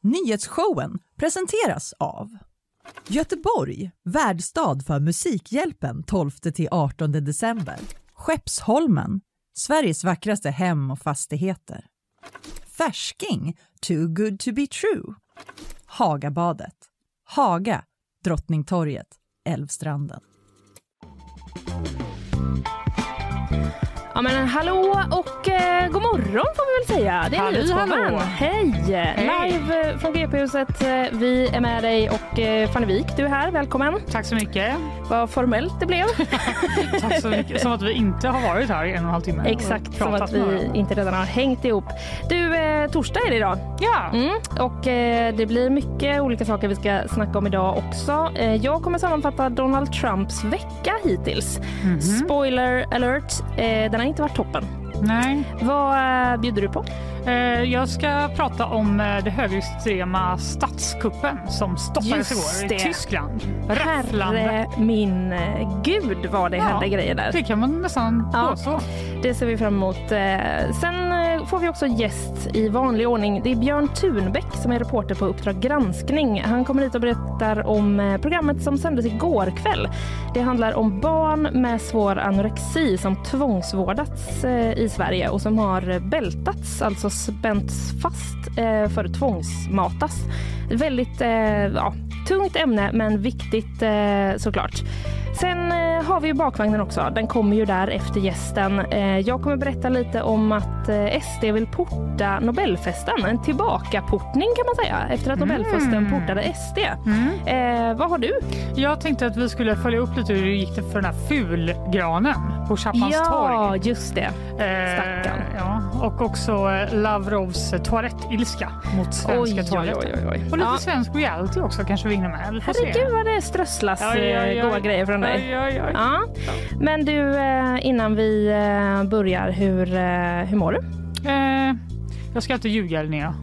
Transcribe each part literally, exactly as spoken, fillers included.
Nyhetsshowen presenteras av Göteborg, värdstad för Musikhjälpen tolfte till artonde december. Skeppsholmen, Sveriges vackraste hem och fastigheter. Färsking, too good to be true. Hagabadet, Haga, Drottningtorget, Älvstranden. Ja men hallå och eh, god morgon får vi väl säga. Det är Nyhetsshowen. Hej! Hej! Live från G P-huset. Vi är med dig och eh, Fanny Wik, du är här. Välkommen. Tack så mycket. Vad formellt det blev. Tack så mycket. Som att vi inte har varit här i en och en halv timme. Exakt, som att vi några. inte redan har hängt ihop. Du, eh, torsdag är det idag. Ja. Mm, och eh, det blir mycket olika saker vi ska snacka om idag också. Eh, jag kommer sammanfatta Donald Trumps vecka hittills. Mm-hmm. Spoiler alert, eh, den har inte varit toppen. Nej. Vad bjuder du på? Jag ska prata om det högerextrema statskuppen som stoppades igår i Tyskland. Herre min gud vad det ja, hände grejer där. Det kan man nästan ja, påstå. Det ser vi fram emot. Sen får vi också gäst i vanlig ordning. Det är Björn Thunbäck som är reporter på Uppdrag granskning. Han kommer hit och berättar om programmet som sändes igår kväll. Det handlar om barn med svår anorexi som tvångsvårdats i Sverige och som har bältats, alltså spänts fast eh, för tvångsmatas. Väldigt eh, ja, tungt ämne men viktigt eh, såklart. Sen eh, har vi ju bakvagnen också. Den kommer ju där efter gästen. Eh, jag kommer berätta lite om att eh, S D vill porta Nobelfesten. En tillbakaportning kan man säga. Efter att Nobelfesten mm. portade S D. Mm. Eh, vad har du? Jag tänkte att vi skulle följa upp lite hur det gick det för den här fulgranen på Chapmans ja, torg. Ja, just det. Stackarn. Eh, ja. Och också Lavrovs toalettilska mot svenska oj, toaletter. Oj, oj, oj. Och lite ja. svensk reality också kanske vi hinner med. Vi får Herregud se. vad det strösslas ja, ja, ja, goda grejer från dig. Ja, ja, ja. Ja. Men du, innan vi börjar, hur, hur mår du? Eh, jag ska inte ljuga, Linnea.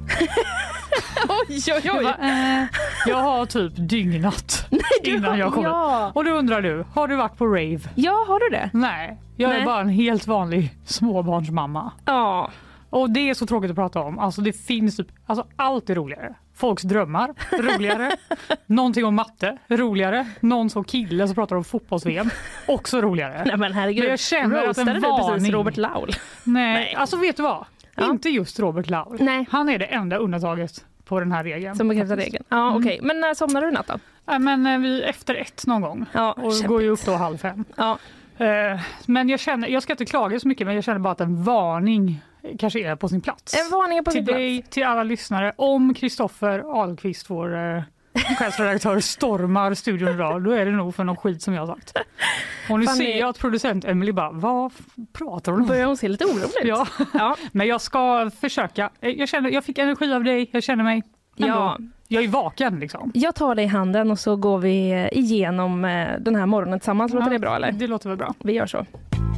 oj, oj, oj. Jag, bara, eh, jag har typ dygnat Nej, innan jag kommer. Ja. Och då undrar du, har du varit på rave? Ja, har du det? Nej, jag Nej. är bara en helt vanlig småbarnsmamma. Ja. Och det är så tråkigt att prata om. Alltså det finns typ, alltså allt är roligare. Folks drömmar, roligare. Någonting om matte, roligare. Någon som kille som pratar om fotbolls-V M, också roligare. Nej men herregud, men jag känner att en varning... Robert Laul? Nej, Nej, alltså vet du vad? Ja. Inte just Robert Laul. Nej. Han är det enda undantaget på den här regeln. Som bekräftar regeln. Ja, mm. okej. Okay. Men när somnar du natt då? Ja, men vi efter ett någon gång. Ja, och kämpigt. Går ju upp då halv fem. Ja. Uh, men jag känner, jag ska inte klaga så mycket, men jag känner bara att en varning kanske är på sin plats. En varning är på till sin dig, plats. Till alla lyssnare. Om Kristoffer Ahlqvist, vår uh, chefredaktör, stormar studion idag, då är det nog för någon skit som jag har sagt. Och nu Fanny... ser jag att producent Emily bara, vad pratar hon om? Börjar hon se lite orolig ut? Ja. ja, men jag ska försöka. Jag, känner, jag fick energi av dig, jag känner mig ändå, ja. Jag är vaken liksom. Jag tar dig i handen och så går vi igenom den här morgonen tillsammans. Låter ja, det bra eller? Det låter väl bra. Vi gör så.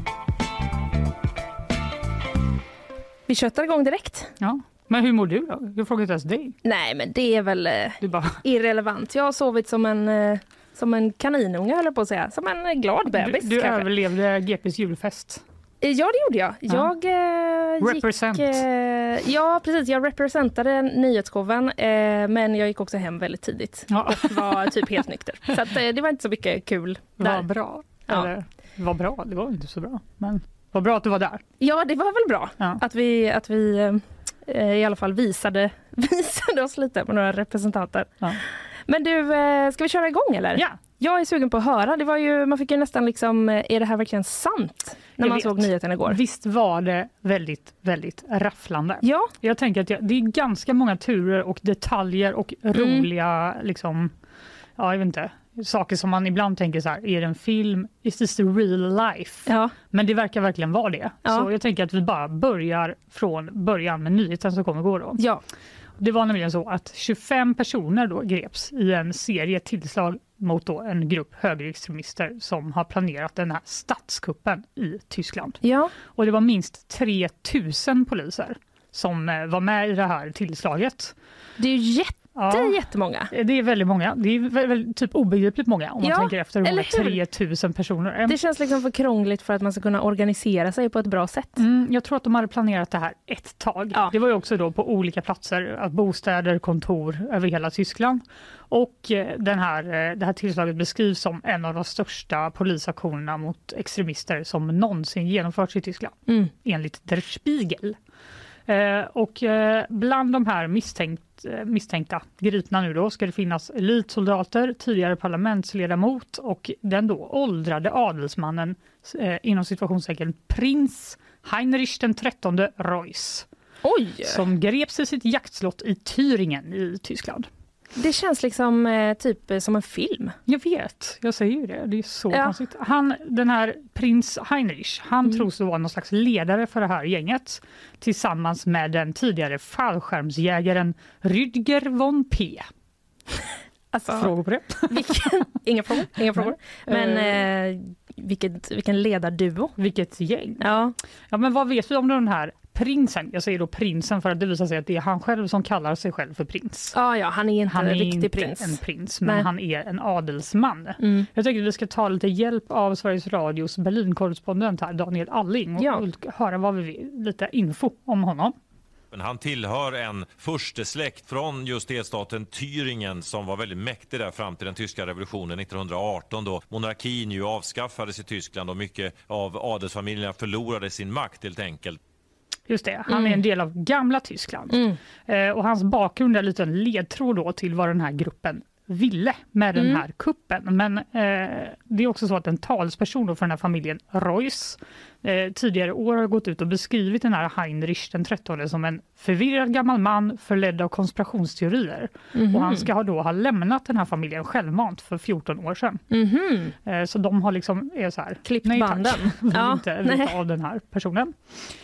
Vi köttar igång direkt. Ja. Men hur mår du då? Jag frågar inte ens dig. Nej, men det är väl du bara... irrelevant. Jag har sovit som en, som en kaninunge, höll jag på att säga. Som en glad bebis. Du, du överlevde G P:s julfest. Ja, det gjorde jag. Ja. Jag eh, Represent. gick... Eh, ja, precis. Jag representade nyhetsshowen, eh, men jag gick också hem väldigt tidigt. Ja. Och var typ helt nykter. Så att, eh, det var inte så mycket kul där. Vad bra. Ja. Eller, det var bra. Det var inte så bra. Men vad bra att du var där. Ja, det var väl bra. Ja. Att vi, att vi eh, i alla fall visade, visade oss lite på några representanter. Ja. Men du, eh, ska vi köra igång eller? Ja. Jag är sugen på att höra. Det var ju, man fick ju nästan liksom, är det här verkligen sant? När jag man vet. såg nyheten igår. Visst var det väldigt, väldigt rafflande. Ja. Jag tänker att jag, det är ganska många turer och detaljer och mm. roliga, liksom, ja jag vet inte, saker som man ibland tänker så här, är det en film? Is this the real life? Ja. Men det verkar verkligen vara det. Ja. Så jag tänker att vi bara börjar från början med nyheten som kommer gå då. Ja. Det var nämligen så att tjugofem personer då greps i en serie tillslag mot då en grupp högerextremister som har planerat den här statskuppen i Tyskland. Ja. Och det var minst tre tusen poliser som var med i det här tillslaget. Det är ju Ja. Det är jättemånga. Det är väldigt många. Det är väl, väl, typ obegripligt många om man Ja, tänker efter hur många eller hur? tre tusen personer. Det känns liksom för krångligt för att man ska kunna organisera sig på ett bra sätt. Mm, jag tror att de hade planerat det här ett tag. Ja. Det var ju också då på olika platser, att bostäder, kontor över hela Tyskland. Och eh, den här, eh, det här tillslaget beskrivs som en av de största polisaktionerna mot extremister som någonsin genomförts i Tyskland, Mm. enligt Der Spiegel. Eh, och eh, bland de här misstänkt, eh, misstänkta gripna nu då ska det finnas elitsoldater, tidigare parlamentsledamot och den då åldrade adelsmannen eh, inom situationstecken prins Heinrich den trettonde Reuss, Oj! som greps i sitt jaktslott i Thüringen i Tyskland. Det känns liksom eh, typ som en film. Jag vet, jag säger ju det. Det är så Ja. konstigt. Han, den här prins Heinrich, han Mm. tros vara någon slags ledare för det här gänget tillsammans med den tidigare fallskärmsjägaren Rüdiger von P. Alltså, Frågor på det? vilken, inga frågor, inga frågor. Men eh, vilket, vilken ledarduo. Vilket gäng. Ja. Ja, men vad vet vi om den här prinsen? Jag säger då prinsen för att det visar sig att det är han själv som kallar sig själv för prins. Ja, ja, han är inte Han är en riktig inte prins. en prins, men Nej. han är en adelsman. Mm. Jag tycker att vi ska ta lite hjälp av Sveriges Radios Berlinkorrespondent här, Daniel Alling, och Ja. höra vad vi vill, lite info om honom. Men han tillhör en förstesläkt från just delstaten Thüringen som var väldigt mäktig där fram till den tyska revolutionen nittonhundraarton, då monarkin ju avskaffades i Tyskland och mycket av adelsfamiljerna förlorade sin makt helt enkelt. Just det, han Mm. är en del av gamla Tyskland. Mm. Eh, och hans bakgrund är lite en ledtråd då till vad den här gruppen ville med den Mm. här kuppen. Men eh, det är också så att en talsperson då för den här familjen Reuss eh, tidigare år har gått ut och beskrivit den här Heinrich den trettonde som en förvirrad gammal man förledd av konspirationsteorier. Mhm. Och han ska ha då ha lämnat den här familjen självmant för fjorton år sedan. Mhm. Eh, så de har liksom är så här, Klippt nej tack, banden. vill Ja, inte nej. veta av den här personen.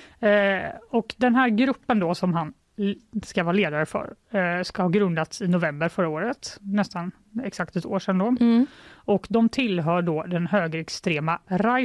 Eh, och den här gruppen då som han l- ska vara ledare för eh, ska ha grundats i november förra året, nästan exakt ett år sedan då. Mm. Och de tillhör då den högerextrema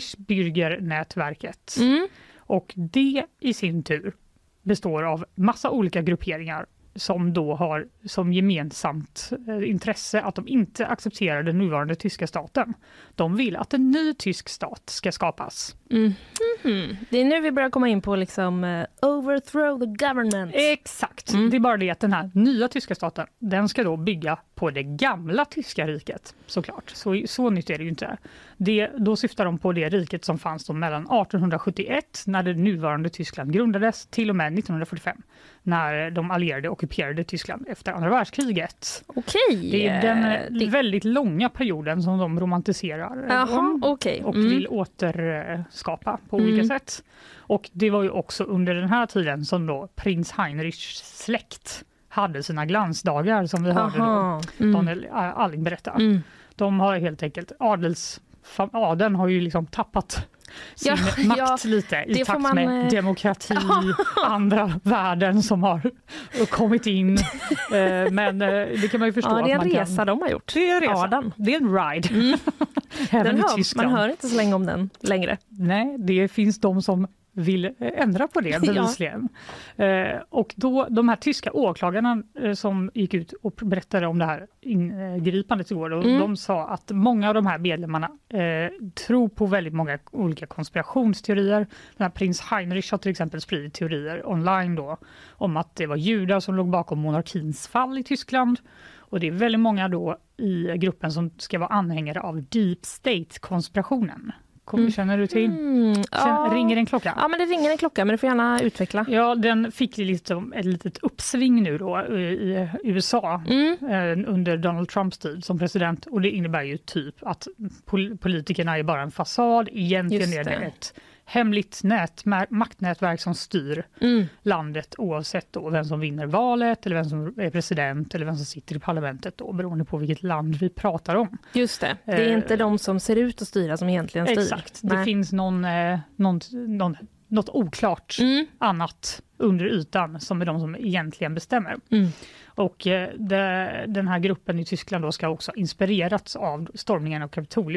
Reichsbürger-nätverket. Mm. Och det i sin tur består av massa olika grupperingar som då har som gemensamt eh, intresse att de inte accepterar den nuvarande tyska staten. De vill att en ny tysk stat ska skapas. Mm. Mhm. Det är nu vi börjar komma in på liksom uh, overthrow the government. Exakt. Mm. Det är bara det att den här nya tyska staten, den ska då bygga på det gamla tyska riket, såklart. Så, så nytt är det ju inte. Det, då syftar de på det riket som fanns då mellan arton sjuttioett, när det nuvarande Tyskland grundades, till och med nittonhundrafyrtiofem, när de allierade ockuperade Tyskland efter andra världskriget. Okej. Det är den eh, eh, det- väldigt långa perioden som de romantiserar. eh, Jaha, om. okej. Och Mm. vill återskapa på Mm. olika sätt. Och det var ju också under den här tiden som då prins Heinrichs släkt hade sina glansdagar, som vi hörde då Aha. Mm. Daniel Alling berätta. Mm. De har helt enkelt, adels, adeln har ju liksom tappat sin Ja, makt ja, lite i det får takt man, med eh, demokrati, andra värden som har kommit in. Eh, Men eh, det kan man ju förstå. Ja, det är att en man resa kan, de har gjort. det är en resa. Adeln. Det är en ride. Mm. Även Den i hör, Tyskland. man hör inte så länge om den längre. Nej, det finns de som vill eh, ändra på det bevisligen. Eh, och då de här tyska åklagarna eh, som gick ut och berättade om det här ingripandet igår, och Mm. de sa att många av de här medlemmarna eh, tror på väldigt många olika konspirationsteorier. Den här prins Heinrich har till exempel spridit teorier online då om att det var judar som låg bakom monarkins fall i Tyskland. Och det är väldigt många då i gruppen som ska vara anhängare av Deep State-konspirationen. Kommer, Mm. Känner du till? Mm. Sen Ja. ringer en klocka. Ja, men det ringer en klocka, men du får gärna utveckla. Ja, den fick ju liksom ett litet uppsving nu då i i U S A Mm. eh, under Donald Trumps tid som president, och det innebär ju typ att pol- politikerna är bara en fasad. Egentligen Just är det det. ett hemligt nät, ma- maktnätverk som styr Mm. landet oavsett då vem som vinner valet eller vem som är president eller vem som sitter i parlamentet då, beroende på vilket land vi pratar om. Just det. Det är Eh, inte de som ser ut att styra som egentligen styr. Exakt, det Nej. finns någon, eh, någon, någon, något oklart Mm. annat under ytan som är de som egentligen bestämmer. Mm. Och eh, det, den här gruppen i Tyskland då ska också ha inspirerats av stormningen av Kapitolium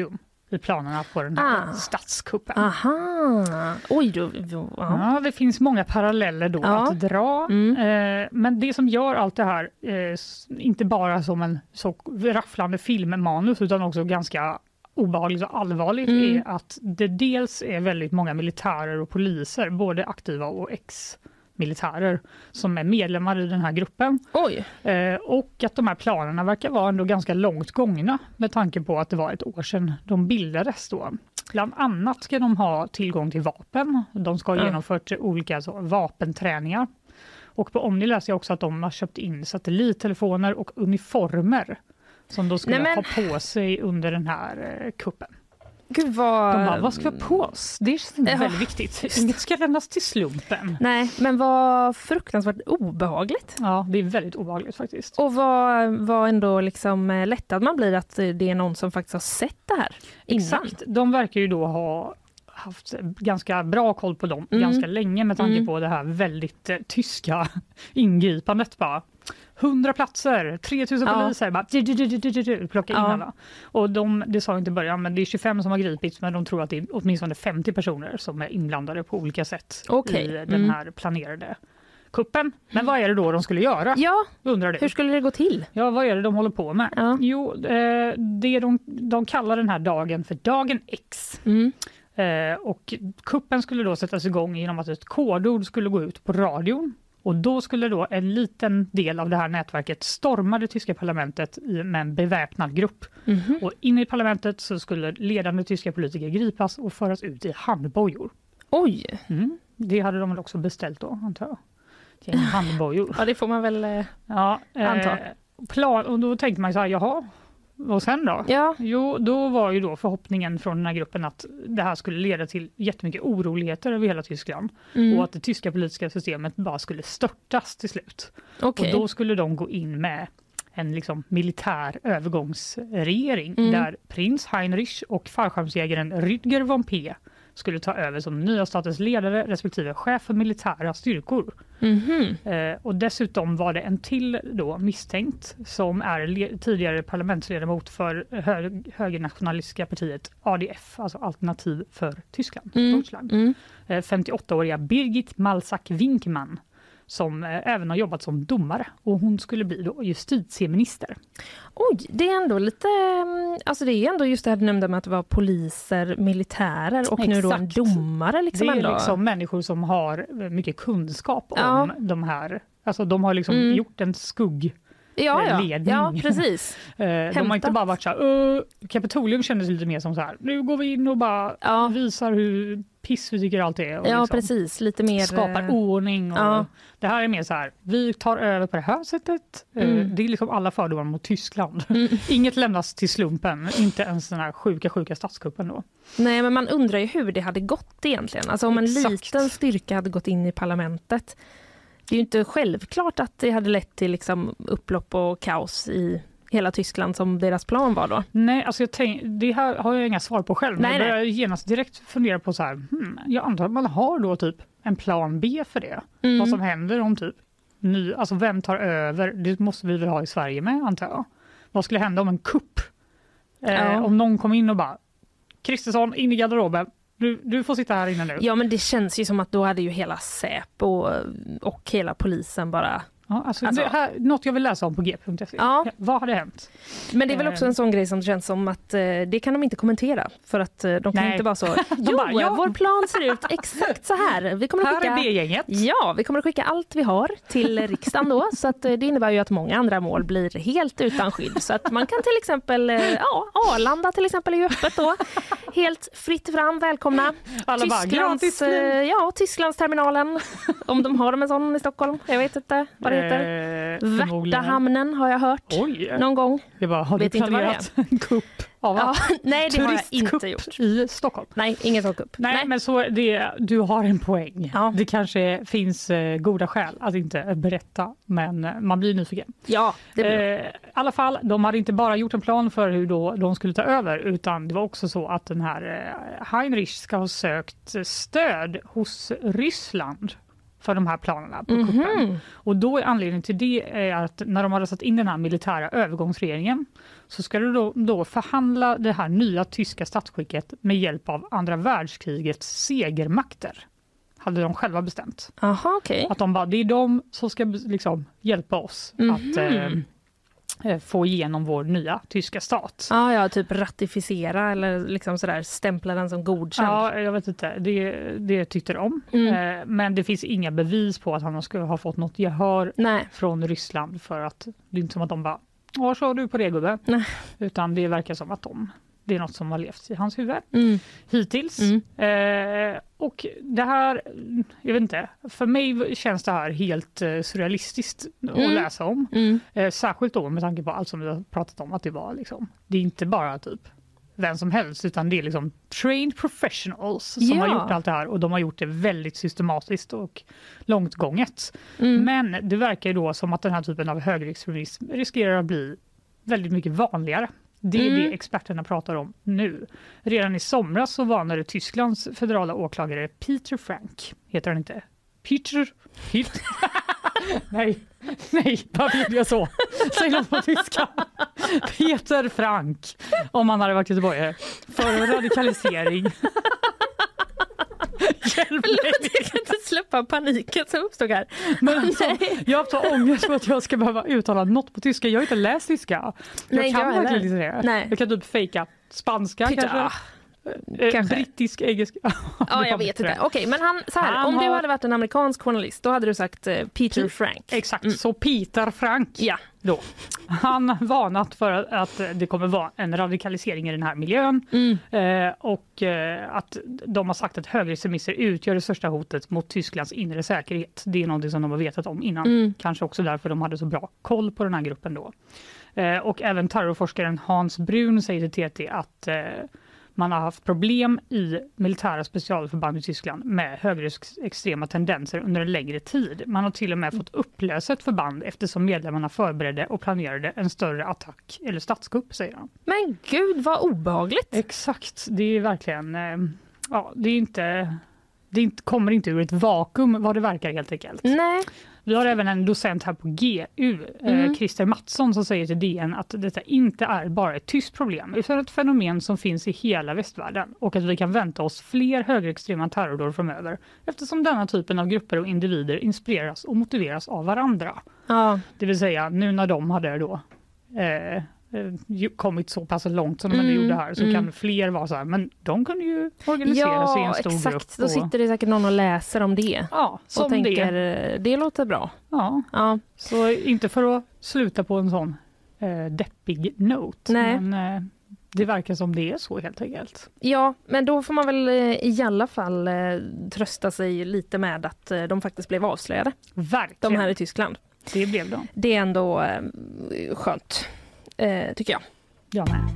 i planerna på den här Ah. statskuppen. Aha, oj då. Ja. Ja, det finns många paralleller då Ja. att dra. Mm. Eh, men det som gör allt det här, eh, s- inte bara som en så rafflande filmmanus utan också ganska obehagligt och allvarligt, Mm. är att det dels är väldigt många militärer och poliser, både aktiva och ex-militärer, som är medlemmar i den här gruppen. Oj. Eh, och att de här planerna verkar vara ändå ganska långt gångna med tanke på att det var ett år sedan de bildades då. Bland annat ska de ha tillgång till vapen. De ska ha Ja. genomfört olika så, vapenträningar. Och på Omni läser jag också att de har köpt in satellittelefoner och uniformer som de skulle Nej, men- ha på sig under den här eh, kuppen. Gud vad... De bara, vad ska vi ha på oss? Det är Ja, väldigt viktigt. just. Inget ska lämnas till slumpen. Nej, men vad fruktansvärt obehagligt. Ja, det är väldigt obehagligt faktiskt. Och vad, vad ändå liksom eh, lättad man blir att eh, det är någon som faktiskt har sett det här innan. Exakt. De verkar ju då ha haft ganska bra koll på dem Mm. ganska länge med tanke Mm. på det här väldigt eh, tyska ingripandet. Bara hundra platser, tre tusen Ja. poliser, bara du, du, du, du, du, du, plocka in Ja. alla. Och de, det sa jag inte i början, men det är tjugofem som har gripits, men de tror att det är åtminstone femtio personer som är inblandade på olika sätt Okej. i den Mm. här planerade kuppen. Men vad är det då de skulle göra? Ja, Undrar du? hur skulle det gå till? Ja, vad är det de håller på med? Ja. Jo, eh, det de, de kallar den här dagen för dagen X. Mm. Eh, och kuppen skulle då sättas igång genom att ett kodord skulle gå ut på radion. Och då skulle då en liten del av det här nätverket storma det tyska parlamentet i, med en beväpnad grupp. Mhm. Och inne i parlamentet så skulle ledande tyska politiker gripas och föras ut i handbojor. Oj, Mm. Det hade de väl också beställt då, antar jag. Till en handbojor. ja det får man väl... Eh, Ja, Anta. eh, plan, och då tänkte man så här, jaha, och sen då? ja, Jo, då var ju då förhoppningen från den här gruppen att det här skulle leda till jättemycket oroligheter över hela Tyskland mm. och att det tyska politiska systemet bara skulle störtas till slut. okej. Och då skulle de gå in med en liksom militär övergångsregering Mm. där prins Heinrich och fallskärmsjägaren Rüdiger von P skulle ta över som nya statens ledare respektive chef för militära styrkor. Mhm. Eh, och dessutom var det en till då misstänkt som är le- tidigare parlamentsledamot för hö- högernationalistiska partiet A D F, alltså Alternativ för Tyskland, Mm. Deutschland. Mm. Eh, femtioåttaåriga Birgit Malzack-Winkman som eh, även har jobbat som domare och hon skulle bli då justitieminister. Oj, det är ändå lite... mm, Alltså det är ändå just det här du nämnde med att det var poliser, militärer och nu då en Exakt. domare. Liksom Det är ändå. liksom människor som har eh, mycket kunskap om Ja. de här, alltså de har liksom Mm. gjort en skugg. ja, ja. ledning. ja, precis. Eh, de har inte Hämtat. bara varit så här, "Åh", Kapitolium kändes lite mer som så här, nu går vi in och bara Ja. visar hur piss vi tycker allt är. Och Ja, liksom precis. Lite mer... skapar eh, ordning. Och ja. Det här är mer så här, vi tar över på det här sättet. Eh, Mm. Det är liksom alla fördomar mot Tyskland. Mm. Inget lämnas till slumpen, inte ens den här sjuka, sjuka statskuppen då. Nej, men man undrar ju hur det hade gått egentligen. Alltså om en Exakt. liten styrka hade gått in i parlamentet. Det är ju inte självklart att det hade lett till liksom upplopp och kaos i hela Tyskland som deras plan var då. Nej, alltså jag tänk, det här har jag inga svar på själv. Men Nej, jag börjar genast direkt fundera på så här, hmm, jag antar att man har då typ en plan B för det. Mm. Vad som händer om typ ny, alltså vem tar över? Det måste vi väl ha i Sverige med, antar jag. Vad skulle hända om en kupp? Eh, Ja. Om någon kom in och bara, Kristersson, in i garderoben. Du, du får sitta här inne nu. Ja, men det känns ju som att då hade ju hela Säpo och hela polisen bara... Ja, alltså, Alltså- det här, något jag vill läsa om på g punkt se. Ja. Vad hade hänt? Men det är väl Eh. också en sån grej som känns som att eh, det kan de inte kommentera. För att eh, de kan Nej. inte bara så, jo, bara, ja. vår plan ser ut exakt så här. Vi kommer att Här skicka... är B-gänget. Ja, vi kommer att skicka allt vi har till riksdagen då, så att eh, det innebär ju att många andra mål blir helt utan skydd. Så att man kan till exempel, eh, ja, Arlanda till exempel är ju öppet då. Helt fritt fram, välkomna. Alla bara, gratis Tysklands, flyg. eh, ja, Tysklandsterminalen, om de har en sån i Stockholm. Jag vet inte vad det heter. Eh, förmodligen. Värtahamnen har jag hört Oj, någon gång. det bara, har Vet du inte vad det planerat en kupp av Ja, nej, det har jag turistkupp inte gjort. i Stockholm? Nej, ingen sån kupp. Nej, men så det, du har en poäng. Ja. Det kanske finns eh, goda skäl att inte berätta, men eh, man blir nyfiken. Ja, det blir Eh, I alla fall, de hade inte bara gjort en plan för hur då de skulle ta över, utan det var också så att den här eh, Heinrich ska ha sökt stöd hos Ryssland för de här planerna på kuppen. Mm-hmm. Och då är anledningen till det är att när de har satt in den här militära övergångsregeringen så ska du då, då förhandla det här nya tyska statsskicket med hjälp av andra världskrigets segermakter. Hade de själva bestämt. Aha, okay. Att de bara, det är de som ska liksom hjälpa oss mm-hmm. att eh, få igenom vår nya tyska stat. Ah, ja, typ ratificera eller liksom sådär stämpla den som godkänd. Ja, jag vet inte. Det, det tyckte de. Mm. Eh, men det finns inga bevis på att han skulle ha fått något gehör Nej. från Ryssland för att det är inte som att de bara, vad sa du på det gubbe? Nej. Utan det verkar som att de det är något som har levt i hans huvud mm. hittills. Mm. Eh, och det här, jag vet inte, för mig känns det här helt eh, surrealistiskt mm. att läsa om. Mm. Eh, särskilt då med tanke på allt som vi har pratat om, att det var liksom, det är inte bara typ vem som helst, utan det är liksom trained professionals som ja. har gjort allt det här, och de har gjort det väldigt systematiskt och långt gånget. Mm. Men det verkar ju då som att den här typen av högerextremism riskerar att bli väldigt mycket vanligare. Det är mm. det experterna pratar om nu. Redan i somras så varnade Tysklands federala åklagare Peter Frank. Heter han inte? Peter? Peter? nej, nej, varför gjorde jag så? Säg något på tyska. Peter Frank, om han hade varit göteborgare, för radikalisering. Förlåt, jag kan inte släppa paniken som uppstod här. Men alltså, jag har så ångest för att jag ska behöva uttala något på tyska. Jag har inte läst tyska. Jag Nej, kan jag verkligen inte det. Nej. Jag kan typ fejka spanska Peter, kanske. Ah. Eh, kanske. Brittisk, engelsk. Ja, jag vet inte. Okej, men han, så här, han om har... du hade varit en amerikansk journalist, då hade du sagt uh, Peter P- Frank. Exakt, mm. så Peter Frank. Ja. Då. Han varnat för att det kommer vara en radikalisering i den här miljön mm. eh, och eh, att de har sagt att högerextremister utgör det största hotet mot Tysklands inre säkerhet. Det är något som de har vetat om innan. Mm. Kanske också därför de hade så bra koll på den här gruppen då. Eh, och även terrorforskaren Hans Brun säger till T T att eh, man har haft problem i militära specialförband i Tyskland med högerextrema tendenser under en längre tid. Man har till och med fått upplösa ett förband eftersom medlemmarna förberedde och planerade en större attack eller statskupp, säger han. Men gud, vad obehagligt! Exakt, det är verkligen... Ja, det är inte... Det inte, kommer inte ur ett vakuum vad det verkar helt enkelt. Nej. Vi har även en docent här på G U, mm. eh, Christer Mattsson, som säger till D N att detta inte är bara ett tyst problem utan ett fenomen som finns i hela västvärlden och att vi kan vänta oss fler högerextrema terrordåd framöver eftersom denna typen av grupper och individer inspireras och motiveras av varandra. Ja. Det vill säga, nu när de hade då... Eh, kommit så pass långt som de mm, gjorde här så mm. kan fler vara så här, men de kunde ju organisera ja, sig i en stor exakt. grupp. Och... Då sitter det säkert någon och läser om det. Ja, som och tänker, det. det låter bra. Ja. ja, så inte för att sluta på en sån eh, deppig note. Nej. Men eh, det verkar som det är så helt enkelt. Ja, men då får man väl eh, i alla fall eh, trösta sig lite med att eh, de faktiskt blev avslöjade. Verkligen. De här i Tyskland. Det blev de. Det är ändå eh, skönt. Eh, tycker jag. Jag med.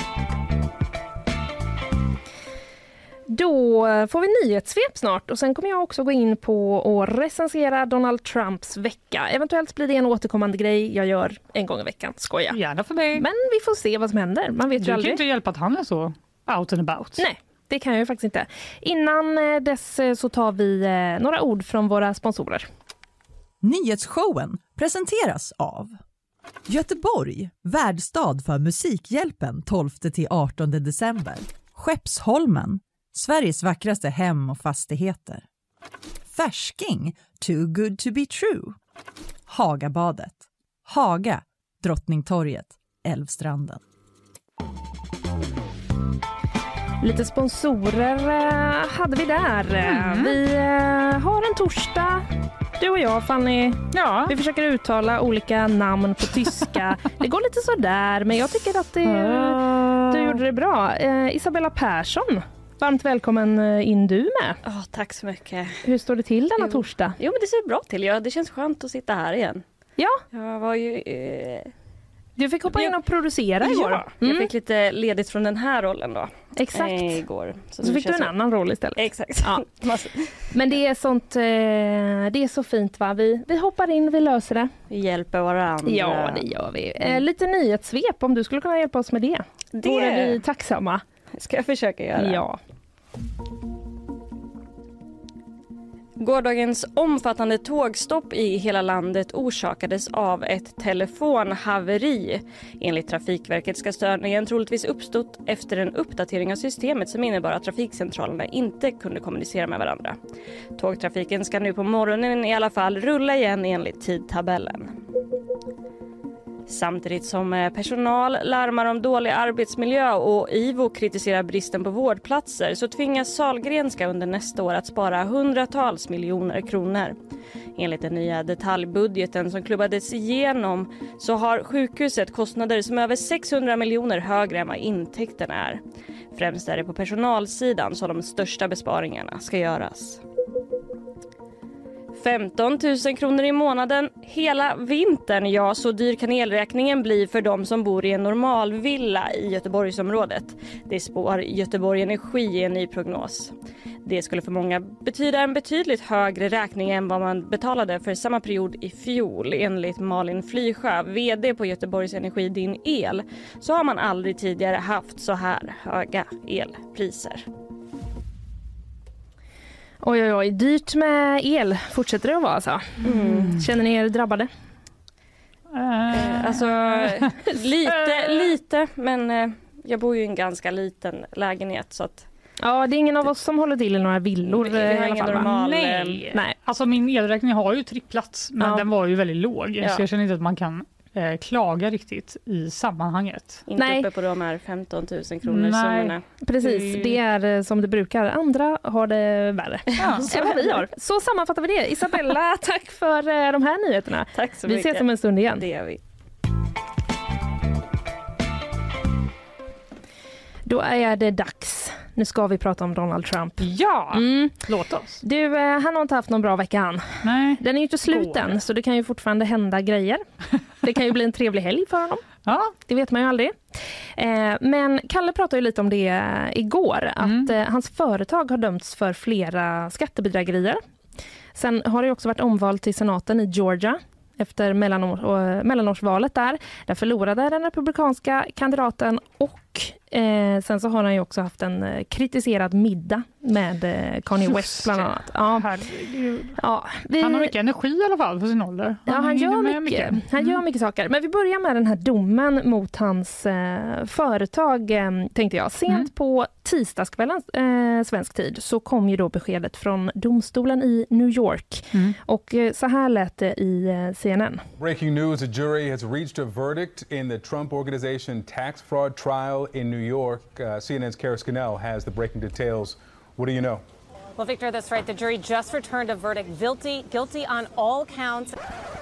Då får vi nyhetssvep snart och sen kommer jag också gå in på och recensera Donald Trumps vecka. Eventuellt blir det en återkommande grej jag gör en gång i veckan. Skoja. Gärna för mig. Men vi får se vad som händer. Man vet du ju aldrig. Du kan inte hjälpa att han är så out and about. Nej, det kan jag ju faktiskt inte. Innan dess så tar vi några ord från våra sponsorer. Nyhetsshowen presenteras av Göteborg, värdstad för Musikhjälpen tolfte till artonde december. Skeppsholmen, Sveriges vackraste hem och fastigheter. Färsking, too good to be true. Hagabadet, Haga, Drottningtorget, Älvstranden. Lite sponsorer eh, hade vi där. Mm. Vi eh, har en torsdag. Du och jag, Fanny, ja. vi försöker uttala olika namn på tyska. Det går lite sådär, men jag tycker att det, uh. du gjorde det bra. Eh, Isabella Persson, varmt välkommen in du med. Oh, tack så mycket. Hur står det till denna jo. torsdag? Jo, men det ser bra till. Ja, det känns skönt att sitta här igen. Ja. Jag var ju... Eh... Du fick hoppa in och producera igår. Ja, jag mm. fick lite ledigt från den här rollen då. Exakt. Eh, igår. Så, så fick du en så... annan roll istället. Exakt. Ja. Men det är sånt, eh, det är så fint va? Vi, vi hoppar in, vi löser det. Vi hjälper varandra. Ja, det gör vi. Eh, lite nyhetssvep, om du skulle kunna hjälpa oss med det. Det då är vi tacksamma. Ska jag försöka göra. Ja. Gårdagens omfattande tågstopp i hela landet orsakades av ett telefonhaveri. Enligt Trafikverket ska störningen troligtvis uppstått efter en uppdatering av systemet som innebar att trafikcentralerna inte kunde kommunicera med varandra. Tågtrafiken ska nu på morgonen i alla fall rulla igen enligt tidtabellen. Samtidigt som personal larmar om dålig arbetsmiljö och I V O kritiserar bristen på vårdplatser så tvingas Sahlgrenska under nästa år att spara hundratals miljoner kronor. Enligt den nya detaljbudgeten som klubbades igenom så har sjukhuset kostnader som är över sexhundra miljoner högre än vad intäkten är. Främst är det på personalsidan så de största besparingarna ska göras. femton tusen kronor i månaden hela vintern, ja så dyr kan elräkningen bli för de som bor i en normalvilla i Göteborgsområdet. Det spår Göteborg Energi i en ny prognos. Det skulle för många betyda en betydligt högre räkning än vad man betalade för samma period i fjol. Enligt Malin Flysjö, vd på Göteborgs Energi Din El, så har man aldrig tidigare haft så här höga elpriser. Oj, oj, oj. Dyrt med el fortsätter det att vara alltså. Mm. Känner ni er drabbade? Uh. Alltså, lite, lite. Men uh, jag bor ju i en ganska liten lägenhet så att... Ja, det är ingen av oss som håller till i några villor. Vi har ingen normal... Nej. Nej. Alltså min elräkning har ju tripplats, men ja. den var ju väldigt låg. Ja. Så jag känner inte att man kan eh, klaga riktigt i sammanhanget. Inte Nej. uppe på de här femton tusen kronor Nej. summorna. Precis, det är som det brukar. Andra har det värre. Ja. än vad vi har. Så sammanfattar vi det. Isabella, tack för de här nyheterna. Tack så vi mycket. ses om en stund igen. Det gör vi. Då är det dags. Nu ska vi prata om Donald Trump. Ja, Mm. låt oss. Du, han har inte haft någon bra vecka han. Nej. Den är ju inte slut än, så det kan ju fortfarande hända grejer. Det kan ju bli en trevlig helg för honom. Ja. Det vet man ju aldrig. Eh, men Kalle pratade ju lite om det igår. Att Mm. eh, hans företag har dömts för flera skattebedrägerier. Sen har det också varit omval till senaten i Georgia efter mellanår, och, mellanårsvalet där. Där förlorade den republikanska kandidaten och eh, sen så har han ju också haft en eh, kritiserad middag med eh, Kanye West bland annat. Ja. Herregud. Ja, vi, Han har mycket energi i alla fall för sin ålder. Ja, han hinner gör med mycket. mycket. Han Mm. gör mycket saker. Men vi börjar med den här domen mot hans eh, företag, eh, tänkte jag. Sent Mm. på tisdagskvällen eh, svensk tid så kom ju då beskedet från domstolen i New York. Mm. Och eh, så här lät det i eh, C N N. Breaking news, a jury has reached a verdict in the Trump Organization tax fraud trial in New York. Uh, C N N's Kara Scannell has the breaking details. What do you know? Well, Victor, that's right. The jury just returned a verdict guilty, guilty on all counts.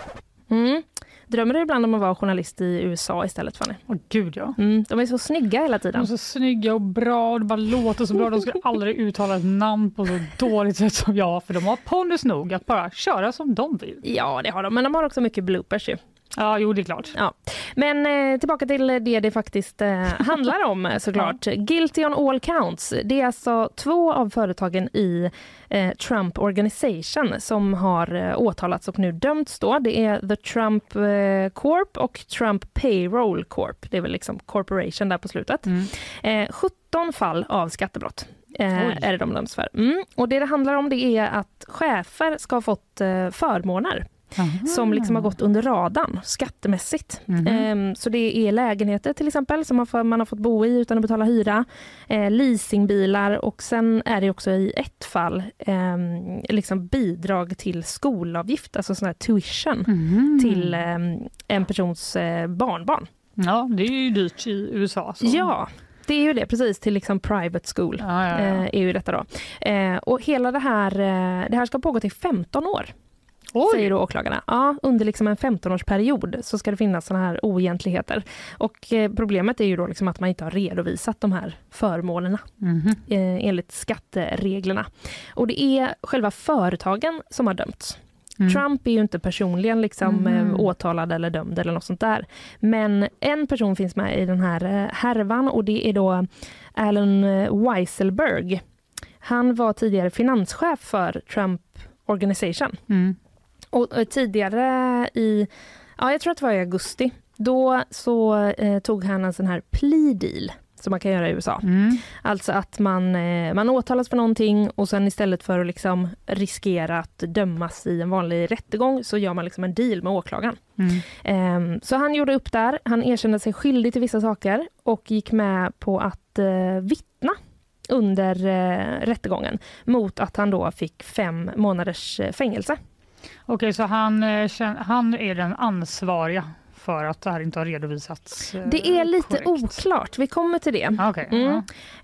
Mm. Drömmer du ibland om att vara journalist i U S A istället, Fanny? Åh gud, ja. Mm. De är så snygga hela De tiden. är så snygga och bra och det bara låter så bra. De skulle aldrig uttala ett namn på så dåligt sätt som jag. För de har pondus nog att bara köra som de vill. Ja, det har de. Men de har också mycket bloopers ju. Ja, jo, det är klart. Ja. Men eh, tillbaka till det det faktiskt eh, handlar om såklart. Ja. Guilty on all counts. Det är alltså två av företagen i eh, Trump Organization som har eh, åtalats och nu dömts då. Det är The Trump eh, Corp och Trump Payroll Corp. Det är väl liksom corporation där på slutet. Mm. Eh, sjutton fall av skattebrott. Eh, är det de döms för. Mm. Och det det handlar om det är att chefer ska ha fått eh, förmåner. Aha. Som liksom har gått under radarn skattemässigt. Mm. Um, så det är lägenheter till exempel som man, får, man har fått bo i utan att betala hyra. Uh, leasingbilar och sen är det också i ett fall um, liksom bidrag till skolavgift, alltså sån här tuition mm. till um, en persons uh, barnbarn. Ja, det är ju dyrt i U S A. Så. Ja, det är ju det, precis, till liksom private school ja, ja, ja. Uh, är ju detta då. Uh, och hela det här, uh, det här ska pågå till femton år. Oj. Säger då åklagarna. Ja, under liksom en femton-årsperiod så ska det finnas såna här oegentligheter. Och eh, problemet är ju då liksom att man inte har redovisat de här förmånerna mm-hmm. eh, enligt skattereglerna. Och det är själva företagen som har dömts. Mm. Trump är ju inte personligen liksom mm. eh, åtalad eller dömd eller något sånt där. Men en person finns med i den här eh, härvan och det är då Alan Weisselberg. Han var tidigare finanschef för Trump Organization. Mm. Och, och tidigare i, ja jag tror att det var i augusti, då så eh, tog han en sån här plea deal som man kan göra i U S A. Mm. Alltså att man, eh, man åtalas för någonting och sen istället för att liksom riskera att dömas i en vanlig rättegång så gör man liksom en deal med åklagaren. Mm. Eh, så han gjorde upp där, han erkände sig skyldig till vissa saker och gick med på att eh, vittna under eh, rättegången mot att han då fick fem månaders eh, fängelse. Okej, så han, han är den ansvariga för att det här inte har redovisats eh, Det är lite korrekt. oklart. Vi kommer till det. Okay, mm. ja.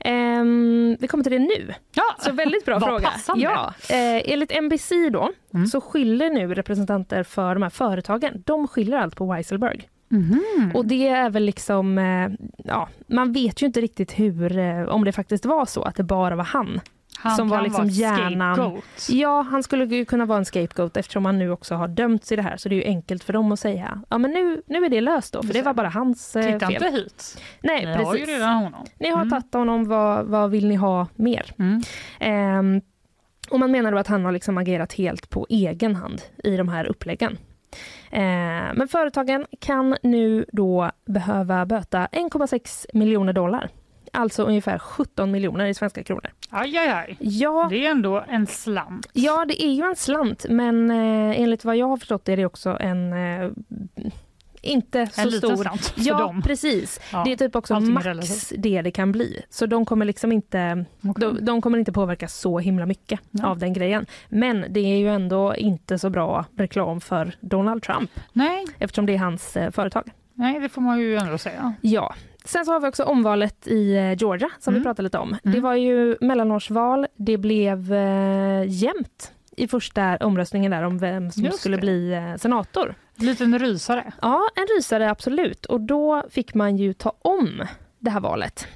ehm, vi kommer till det nu. Ja. Så väldigt bra Vad fråga. passande. Ja, eh, enligt N B C då Mm. så skyller nu representanter för de här företagen. De skyller allt på Weisselberg. Mm. Och det är väl liksom, eh, ja, man vet ju inte riktigt hur, eh, om det faktiskt var så att det bara var han. Han som var kan liksom vara hjärnan. scapegoat. Ja, han skulle ju kunna vara en scapegoat eftersom han nu också har dömts i det här. Så det är ju enkelt för dem att säga, ja men nu, nu är det löst då, för det var bara hans eh, Titta fel. inte hit. Nej, Ni precis. har ju redan honom. Ni har Mm. tagit honom, vad, vad vill ni ha mer? Mm. Ehm, och man menar då att han har liksom agerat helt på egen hand i de här uppläggen. Ehm, men företagen kan nu då behöva böta en komma sex miljoner dollar. Alltså ungefär sjutton miljoner i svenska kronor. Aj, aj, aj. Ja, Det är ändå en slant. ja, det är ju en slant, men eh, enligt vad jag har förstått är det också en eh, inte så En liten stor. slant för Ja, dem. precis. Ja, Det är typ också allting är max relativt. det det kan bli. Så de kommer liksom inte Okej. de, de kommer inte påverka så himla mycket Ja. av den grejen. Men det är ju ändå inte så bra reklam för Donald Trump Nej, eftersom det är hans eh, företag. nej, det får man ju ändå säga. Ja. Sen så har vi också omvalet i eh, Georgia som Mm. vi pratade lite om. Mm. Det var ju mellanårsval. Det blev eh, jämnt i första omröstningen där om vem som Just skulle det. bli eh, senator. Liten rysare. Ja, en rysare absolut. Och då fick man ju ta om det här valet.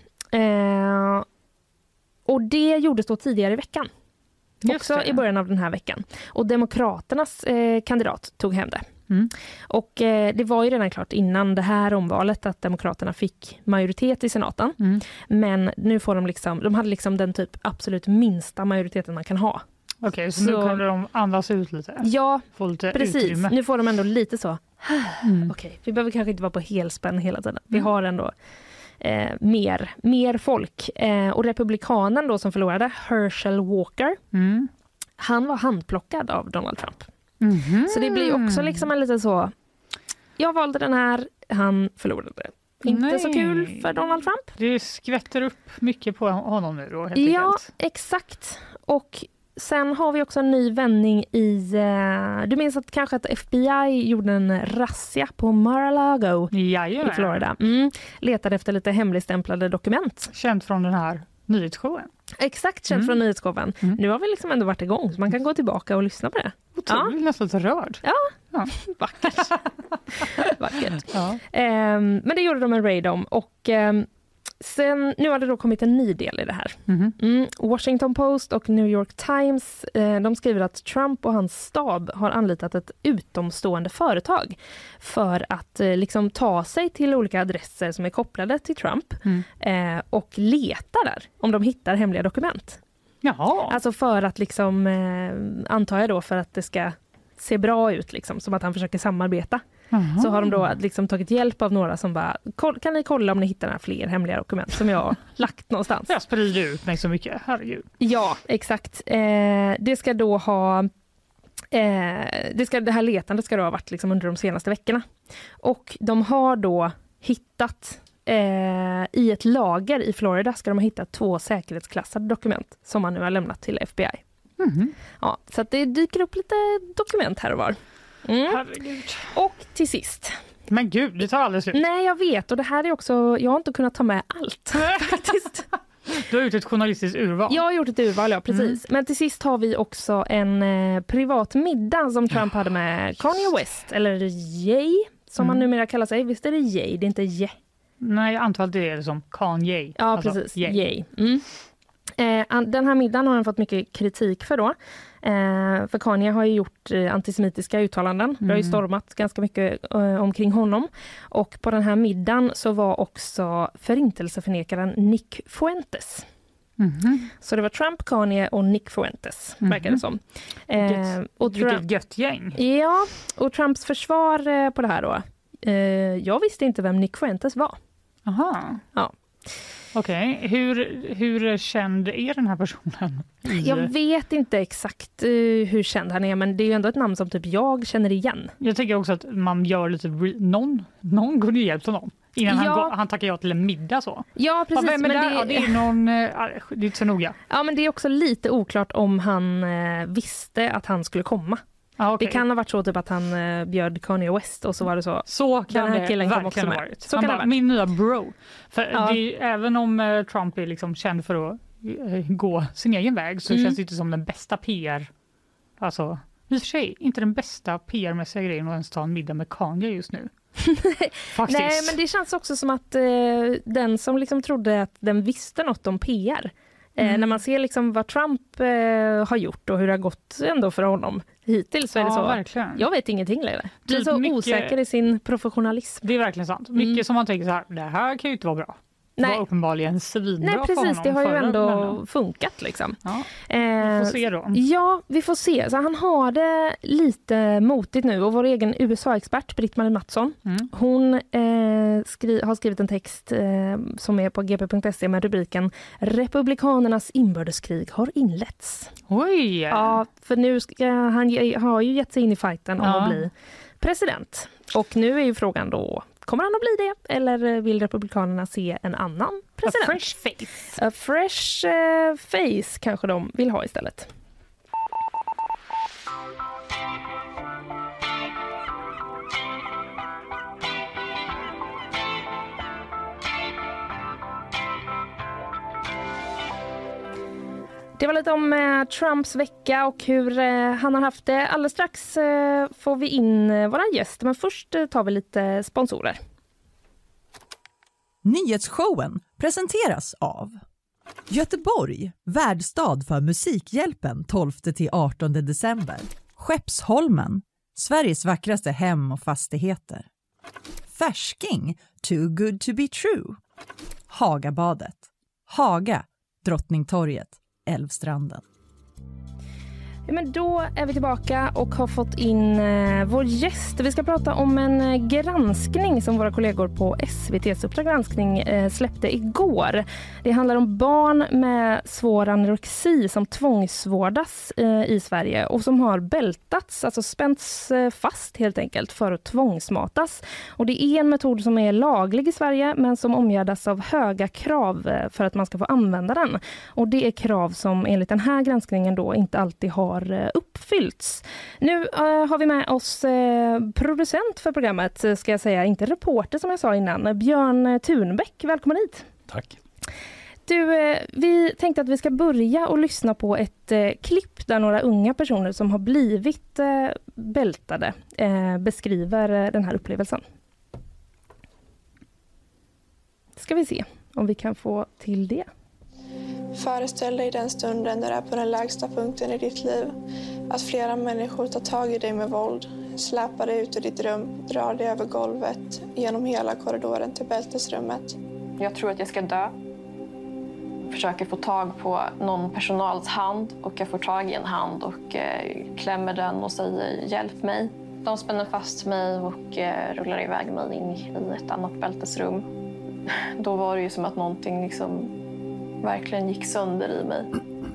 Eh, och det gjordes då tidigare i veckan. Just Också det. i början av den här veckan. Och Demokraternas eh, kandidat tog hem det. Mm. Och eh, det var ju redan klart innan det här omvalet att Demokraterna fick majoritet i senaten. Mm. Men nu får de liksom, de hade liksom den typ absolut minsta majoriteten man kan ha. Okej, så, nu Så- kunde de andas ut lite. Ja, Få lite precis. utrymme. Nu får de ändå lite så. Mm. Okej, vi behöver kanske inte vara på helspänn hela tiden. Vi Mm. har ändå eh, mer, mer folk. Eh, och republikanen då som förlorade, Herschel Walker, Mm. han var handplockad av Donald Trump. Mhm. Så det blir också liksom en lite så, jag valde den här, han förlorade. Inte Nej. så kul för Donald Trump. Det skvätter upp mycket på honom nu då, helt Ja, enkelt. exakt. Och sen har vi också en ny vändning i, eh, du minns att kanske att F B I gjorde en razzia på Mar-a-Lago i Jajamän. Florida. Mm. Letade efter lite hemligstämplade dokument. Känt från den här nyhetsshowen. Exakt, känt Mm. från nyhetsshowen. Mm. Nu har vi liksom ändå varit igång så man kan gå tillbaka och lyssna på det. Jag blir nästan lite rörd. Vackert. Vackert. Ja. Ehm, men det gjorde de en raid om och ehm, sen, nu har det då kommit en ny del i det här. Mhm. Mm, Washington Post och New York Times eh, de skriver att Trump och hans stab har anlitat ett utomstående företag för att eh, liksom ta sig till olika adresser som är kopplade till Trump Mm. eh, och leta där om de hittar hemliga dokument. Jaha. Alltså för att liksom, eh, antar jag då för att det ska se bra ut liksom, som att han försöker samarbeta. Jaha. Så har de då liksom tagit hjälp av några som bara, "Koll- kan ni kolla om ni hittar några fler hemliga dokument som jag har lagt någonstans?" Jag sprider ut mig så mycket, herregud. Ja, exakt. Eh, det ska då ha eh, det, ska, det här letandet ska då ha varit liksom under de senaste veckorna. Och de har då hittat eh, i ett lager i Florida ska de ha hittat två säkerhetsklassade dokument som man nu har lämnat till F B I. Mhm. Ja, så att det dyker upp lite dokument här och var. Mm. Herregud. Och till sist. Men gud, det tar aldrig slut. Nej, jag vet. Och det här är också, jag har inte kunnat ta med allt faktiskt. Du har gjort ett journalistiskt urval. Jag har gjort ett urval, ja precis. Men till sist har vi också en eh, privat middag som Trump hade med Kanye West, eller Ye, som Mm. han numera kallar sig. Visst är det Ye, det är inte Ye. Nej, jag antar att det är som Kanye. Ja, Alltså, precis. Ye. Ye. Mm. Eh, an- den här middagen har han fått mycket kritik för då. Eh, för Kanye har ju gjort eh, antisemitiska uttalanden. Det har ju Mm. stormat ganska mycket eh, omkring honom. Och på den här middagen så var också förintelseförnekaren Nick Fuentes. Mhm. Så det var Trump, Kanye och Nick Fuentes, Mhm. verkar det som. Eh, Vilket- och Trump, Vilket gött gäng. ja, och Trumps försvar eh, på det här då. Eh, jag visste inte vem Nick Fuentes var. Aha. Okej, okay. hur, hur känd är den här personen? Jag vet inte exakt uh, hur känd han är, men det är ju ändå ett namn som typ jag känner igen. Jag tycker också att man gör lite... Re- någon, någon går hjälp till någon. Innan ja. han, går, han tackar ja till en middag så. Ja, precis. Ja, men men men där, det... Ja, det är någon... Det är inte så noga. Ja, men det är också lite oklart om han uh, visste att han skulle komma. Ah, okay. Det kan ha varit så typ att han uh, bjöd Kanye West och så var det så. Så kan det verkligen ha varit. Så han kan bara, min nya bro. För ja. det är, även om uh, Trump är liksom känd för att uh, gå sin egen väg så mm. känns det inte som den bästa P R. Alltså, i och för sig, inte den bästa P R-mässiga grejen att ens ta en middag med Kanye just nu. Faktiskt. Nej, men det känns också som att uh, den som liksom trodde att den visste något om P R Mm. Eh, när man ser liksom vad Trump eh, har gjort och hur det har gått ändå för honom hittills så är det ja, så. Verkligen. Jag vet ingenting längre. Du är så mycket, osäker i sin professionalism. Det är verkligen sant. Mycket mm. som man tänker så här, det här kan ju inte vara bra. Det Nej. var uppenbarligen svinbra. Nej, precis. För det har ju förra, ändå men... funkat liksom. Ja, vi får se då. Eh, ja, vi får se. Så han har det lite motigt nu och vår egen U S A-expert Britt-Marie Mattsson, mm. hon eh, skri- har skrivit en text eh, som är på g p punkt se med rubriken Republikanernas inbördeskrig har inletts. Oj! Ja, för nu ska han ge, har ju gett sig in i fighten om ja. att bli president. Och nu är ju frågan då, kommer han att bli det? Eller vill Republikanerna se en annan president? A fresh face. A fresh uh, face kanske de vill ha istället. Det var lite om eh, Trumps vecka och hur eh, han har haft det. Alldeles strax eh, får vi in eh, våra gäst, men först eh, tar vi lite sponsorer. Nyhetsshowen presenteras av Göteborg, värdstad för Musikhjälpen tolfte till artonde december. Skeppsholmen, Sveriges vackraste hem och fastigheter. Färsking, too good to be true. Hagabadet, Haga, Drottningtorget, Älvstranden. Ja, men då är vi tillbaka och har fått in eh, vår gäst. Vi ska prata om en eh, granskning som våra kollegor på S V T:s Uppdrag granskning eh, släppte igår. Det handlar om barn med svår anorexi som tvångsvårdas eh, i Sverige och som har bältats, alltså spänts eh, fast helt enkelt för att tvångsmatas. Och det är en metod som är laglig i Sverige men som omgärdas av höga krav eh, för att man ska få använda den. Och det är krav som enligt den här granskningen då inte alltid har uppfyllts. Nu uh, har vi med oss uh, producent för programmet, ska jag säga, inte reporter som jag sa innan, Björn Thunbäck. Välkommen hit. Tack. Du, uh, vi tänkte att vi ska börja och lyssna på ett uh, klipp där några unga personer som har blivit uh, bältade uh, beskriver uh, den här upplevelsen. Ska vi se om vi kan få till det. Föreställ dig den stunden där du är på den lägsta punkten i ditt liv. Att flera människor tar tag i dig med våld, släpar dig ut ur ditt rum, drar dig över golvet, genom hela korridoren till bältesrummet. Jag tror att jag ska dö. Försöker få tag på någon personals hand och jag får tag i en hand och eh, klämmer den och säger hjälp mig. De spänner fast mig och eh, rullar iväg mig in i ett annat bältesrum. Då var det ju som att någonting liksom verkligen gick sönder i mig.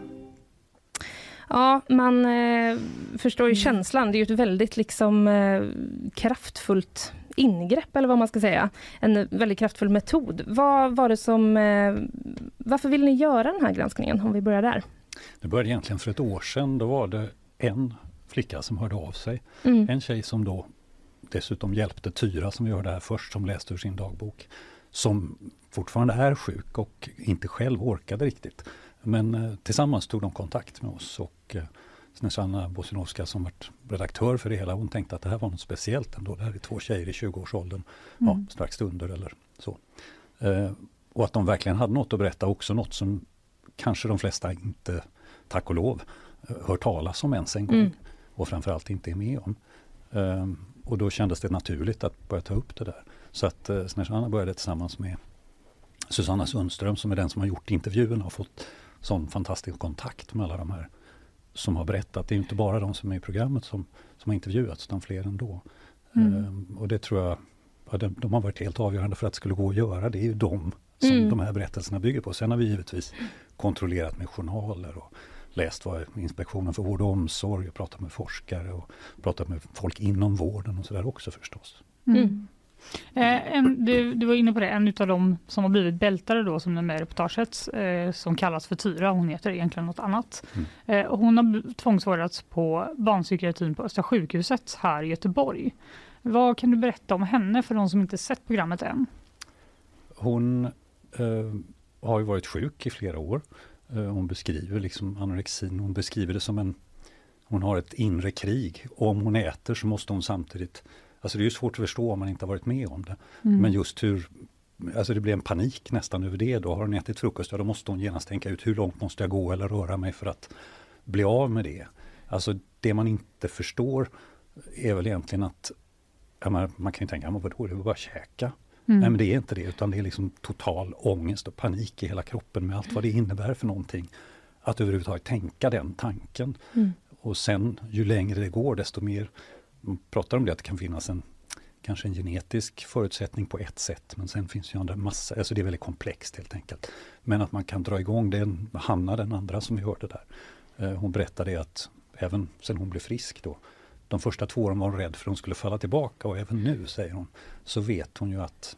Ja, man eh, förstår ju känslan. Det är ju ett väldigt liksom eh, kraftfullt ingrepp eller vad man ska säga. En väldigt kraftfull metod. Vad var det som eh, varför vill ni göra den här granskningen om vi börjar där? Det började egentligen för ett år sedan. Då var det en flicka som hörde av sig. Mm. En tjej som då dessutom hjälpte Tyra som vi hörde här först, som läste ur sin dagbok. Som fortfarande är sjuk och inte själv orkade riktigt. Men eh, tillsammans tog de kontakt med oss och eh, Snezana Bosinowska som varit redaktör för det hela, hon tänkte att det här var något speciellt ändå. Det här är två tjejer i tjugoårsåldern, mm. ja, strax under eller så. Eh, och att de verkligen hade något att berätta, också något som kanske de flesta inte, tack och lov, hör talas om ens en gång. Mm. Och framförallt inte är med om. Eh, och då kändes det naturligt att börja ta upp det där. Så att eh, Snezana började tillsammans med Susanna Sundström som är den som har gjort intervjun och fått sån fantastisk kontakt med alla de här som har berättat. Det är inte bara de som är i programmet som, som har intervjuats utan fler ändå. Mm. Ehm, och det tror jag ja, de, de har varit helt avgörande för att det skulle gå att göra. Det är ju de som mm. de här berättelserna bygger på. Sen har vi givetvis kontrollerat med journaler och läst vad Inspektionen för vård och omsorg och pratat med forskare och pratat med folk inom vården och sådär också förstås. Mm. Mm. Eh, en, du, du var inne på det, en av dem som har blivit bältare då som är med i reportaget eh, som kallas för Tyra, hon heter egentligen något annat. Mm. Eh, och hon har tvångsvårdats på barnpsykiatrin på Östra sjukhuset här i Göteborg. Vad kan du berätta om henne för de som inte sett programmet än? Hon eh, har ju varit sjuk i flera år. Eh, hon beskriver liksom anorexin, hon beskriver det som en, hon har ett inre krig. Och om hon äter så måste hon samtidigt, alltså det är ju svårt att förstå om man inte har varit med om det. Mm. Men just hur, alltså det blir en panik nästan över det. Då har hon ätit frukost, ja, då måste hon genast tänka ut hur långt måste jag gå eller röra mig för att bli av med det. Alltså det man inte förstår är väl egentligen att ja, man, man kan ju tänka, men vadå, det är bara att käka. Mm. Nej, men det är inte det, utan det är liksom total ångest och panik i hela kroppen med allt vad det innebär för någonting. Att överhuvudtaget tänka den tanken. Mm. Och sen ju längre det går desto mer, man pratar om det att det kan finnas en kanske en genetisk förutsättning på ett sätt, men sen finns ju andra massa, alltså det är väldigt komplext helt enkelt. Men att man kan dra igång den, Hanna den andra som vi hörde där. Eh, hon berättade att även sen hon blev frisk då, de första två åren var hon rädd för att hon skulle falla tillbaka, och även nu, säger hon, så vet hon ju att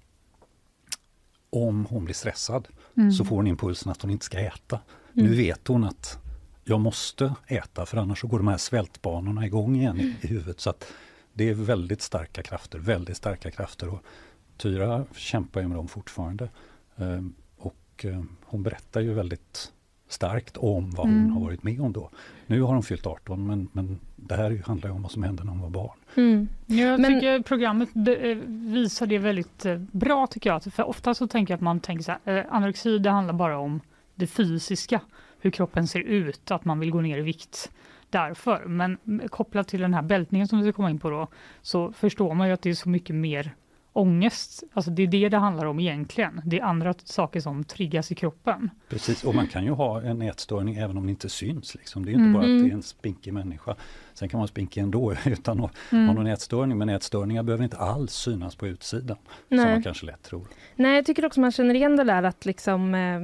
om hon blir stressad mm. så får hon impulsen att hon inte ska äta. Mm. Nu vet hon att jag måste äta, för annars så går de här svältbanorna igång igen i, i huvudet. Så att det är väldigt starka krafter, väldigt starka krafter. Och Tyra kämpar ju med dem fortfarande. Um, och um, hon berättar ju väldigt starkt om vad hon mm. har varit med om då. Nu har hon fyllt arton, men, men det här handlar ju om vad som hände när hon var barn. Mm. Jag men, tycker programmet visar det väldigt bra, tycker jag. För ofta så tänker jag att man tänker så här, eh, anorexi, det handlar bara om det fysiska, hur kroppen ser ut, att man vill gå ner i vikt därför. Men kopplat till den här bältningen som vi ska komma in på då, så förstår man ju att det är så mycket mer ångest. Alltså det är det det handlar om egentligen. Det är andra saker som triggas i kroppen. Precis, och man kan ju ha en ätstörning även om det inte syns. Liksom. Det är ju inte mm. bara att det är en spinkig människa. Sen kan man spinkig ändå utan att mm. ha någon ätstörning. Men ätstörningar behöver inte alls synas på utsidan. Nej. Som man kanske lätt tror. Nej, jag tycker också man känner igen det där att liksom, eh,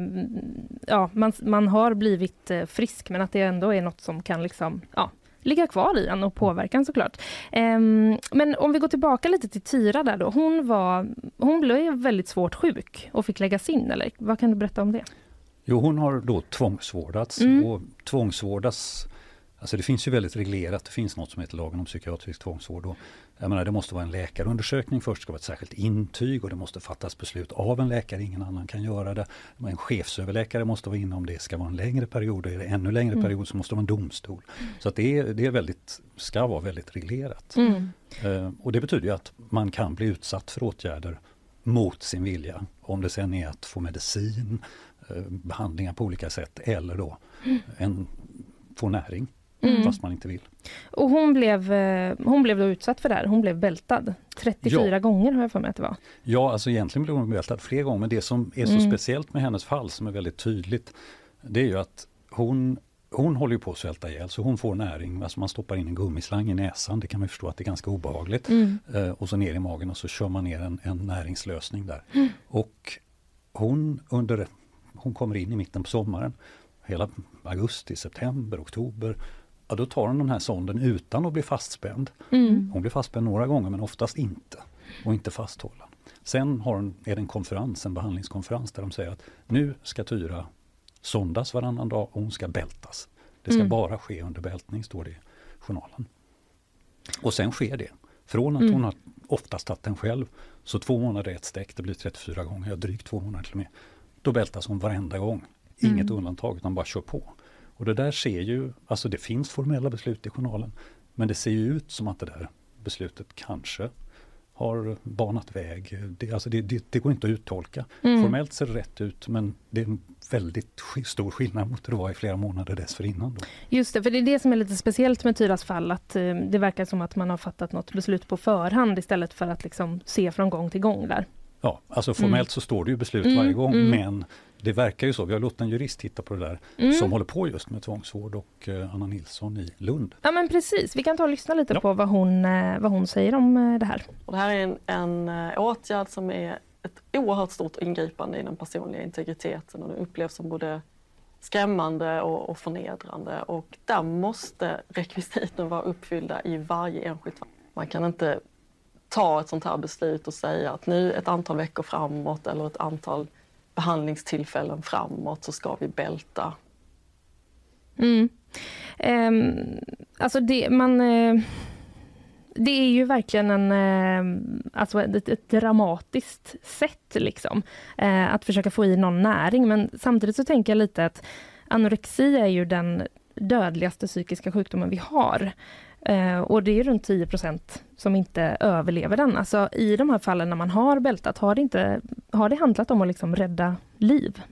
ja, man, man har blivit eh, frisk, men att det ändå är något som kan liksom, ja, ligga kvar i en och påverkan såklart. Um, men om vi går tillbaka lite till Tyra där då. Hon, var, hon blev väldigt svårt sjuk och fick läggas in, eller vad kan du berätta om det? Jo, hon har då tvångsvårdats mm. och tvångsvårdas, alltså det finns ju väldigt reglerat, det finns något som heter lagen om psykiatrisk tvångsvård och jag menar, det måste vara en läkarundersökning, först ska vara ett särskilt intyg och det måste fattas beslut av en läkare, ingen annan kan göra det. En chefsöverläkare måste vara inne om det ska vara en längre period, och är det ännu längre mm. period så måste det vara en domstol. Så att det, är, det är väldigt, ska vara väldigt reglerat. Mm. Uh, och det betyder ju att man kan bli utsatt för åtgärder mot sin vilja, om det sen är att få medicin, uh, behandlingar på olika sätt eller då mm. en, få näring. Mm. Fast man inte vill. Och hon blev, hon blev då utsatt för det här. Hon blev bältad. trettiofyra ja. gånger har jag för mig att det var. Ja, alltså egentligen blev hon bältad fler gånger. Men det som är så mm. speciellt med hennes fall, som är väldigt tydligt, det är ju att hon, hon håller ju på att svälta ihjäl. Så hon får näring. Alltså man stoppar in en gummislang i näsan. Det kan man förstå att det är ganska obehagligt. Mm. Eh, och så ner i magen och så kör man ner en, en näringslösning där. Mm. Och hon, under, hon kommer in i mitten på sommaren. Hela augusti, september, oktober. Ja, då tar hon den här sonden utan att bli fastspänd. Mm. Hon blir fastspänd några gånger, men oftast inte. Och inte fasthållen. Sen har hon, är det en konferens, en behandlingskonferens där de säger att nu ska Tyra sondas varannan dag och hon ska bältas. Det ska mm. bara ske under bältning, står det i journalen. Och sen sker det. Från att mm. hon har oftast tagit den själv, så två månader ett sträck, det blir trettiofyra gånger, drygt två månader till och med. Då bältas hon varenda gång. Inget mm. undantag, utan bara kör på. Och det där ser ju, alltså det finns formella beslut i journalen, men det ser ju ut som att det där beslutet kanske har banat väg. Det, alltså det, det, det går inte att uttolka. Mm. Formellt ser det rätt ut, men det är en väldigt stor skillnad mot det var i flera månader dessförinnan. Då. Just det, för det är det som är lite speciellt med Tyras fall, att eh, det verkar som att man har fattat något beslut på förhand istället för att liksom se från gång till gång där. Ja, alltså formellt mm. så står det ju beslut mm, varje gång, mm. men det verkar ju så. Vi har låtit en jurist titta på det där mm. som håller på just med tvångsvård och uh, Anna Nilsson i Lund. Ja men precis, vi kan ta och lyssna lite ja. på vad hon, vad hon säger om det här. Och det här är en, en åtgärd som är ett oerhört stort ingripande i den personliga integriteten och det upplevs som både skrämmande och, och förnedrande och där måste rekvisiten vara uppfyllda i varje enskilt fall. Man kan inte ta ett sånt här beslut och säga att nu ett antal veckor framåt eller ett antal behandlingstillfällen framåt så ska vi bälta. Mm. Um, alltså det, man, uh, det är ju verkligen en, uh, alltså ett, ett dramatiskt sätt liksom, uh, att försöka få i någon näring. Men samtidigt så tänker jag lite att anorexi är ju den dödligaste psykiska sjukdomen vi har. Uh, och det är runt tio procent som inte överlever den. Alltså i de här fallen när man har bältat, har det, inte, har det handlat om att liksom rädda liv?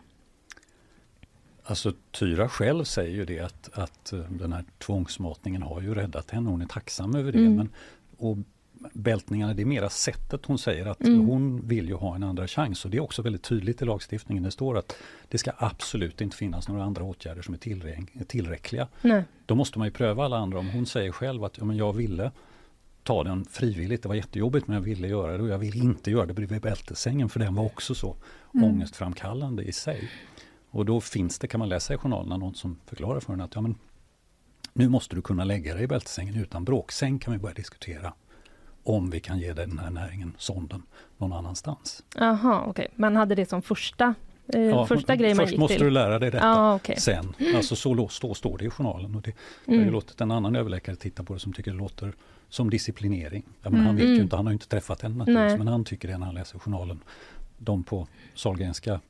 Alltså Tyra själv säger ju det att, att den här tvångsmatningen har ju räddat henne. Hon är tacksam över det. Mm. Men, och bältningarna, det är mera sättet hon säger att mm. hon vill ju ha en andra chans. Och det är också väldigt tydligt i lagstiftningen. Det står att det ska absolut inte finnas några andra åtgärder som är tillrä- tillräckliga. Nej. Då måste man ju pröva alla andra. Om hon säger själv att ja, men jag ville ta den frivilligt, det var jättejobbigt men jag ville göra det och jag vill inte göra det bredvid bältesängen för den var också så mm. ångestframkallande i sig. Och då finns det, kan man läsa i journalerna, någon som förklarar för henne att ja, men, nu måste du kunna lägga dig i bältesängen utan bråk. Sen kan vi börja diskutera om vi kan ge dig den här näringen, sonden, någon annanstans. Jaha, okej. Okay. Men hade det som första, eh, ja, första grej man gick till? Först måste du lära dig detta. Ah, okay. Sen, alltså så står, står det i journalen. Och det, mm. jag har ju låtit en annan överläkare titta på det som tycker det låter som disciplinering. Ja, men mm. han vet ju inte, han har ju inte träffat henne naturligtvis, men han tycker det när han läser journalen. De på Sahlgrenska,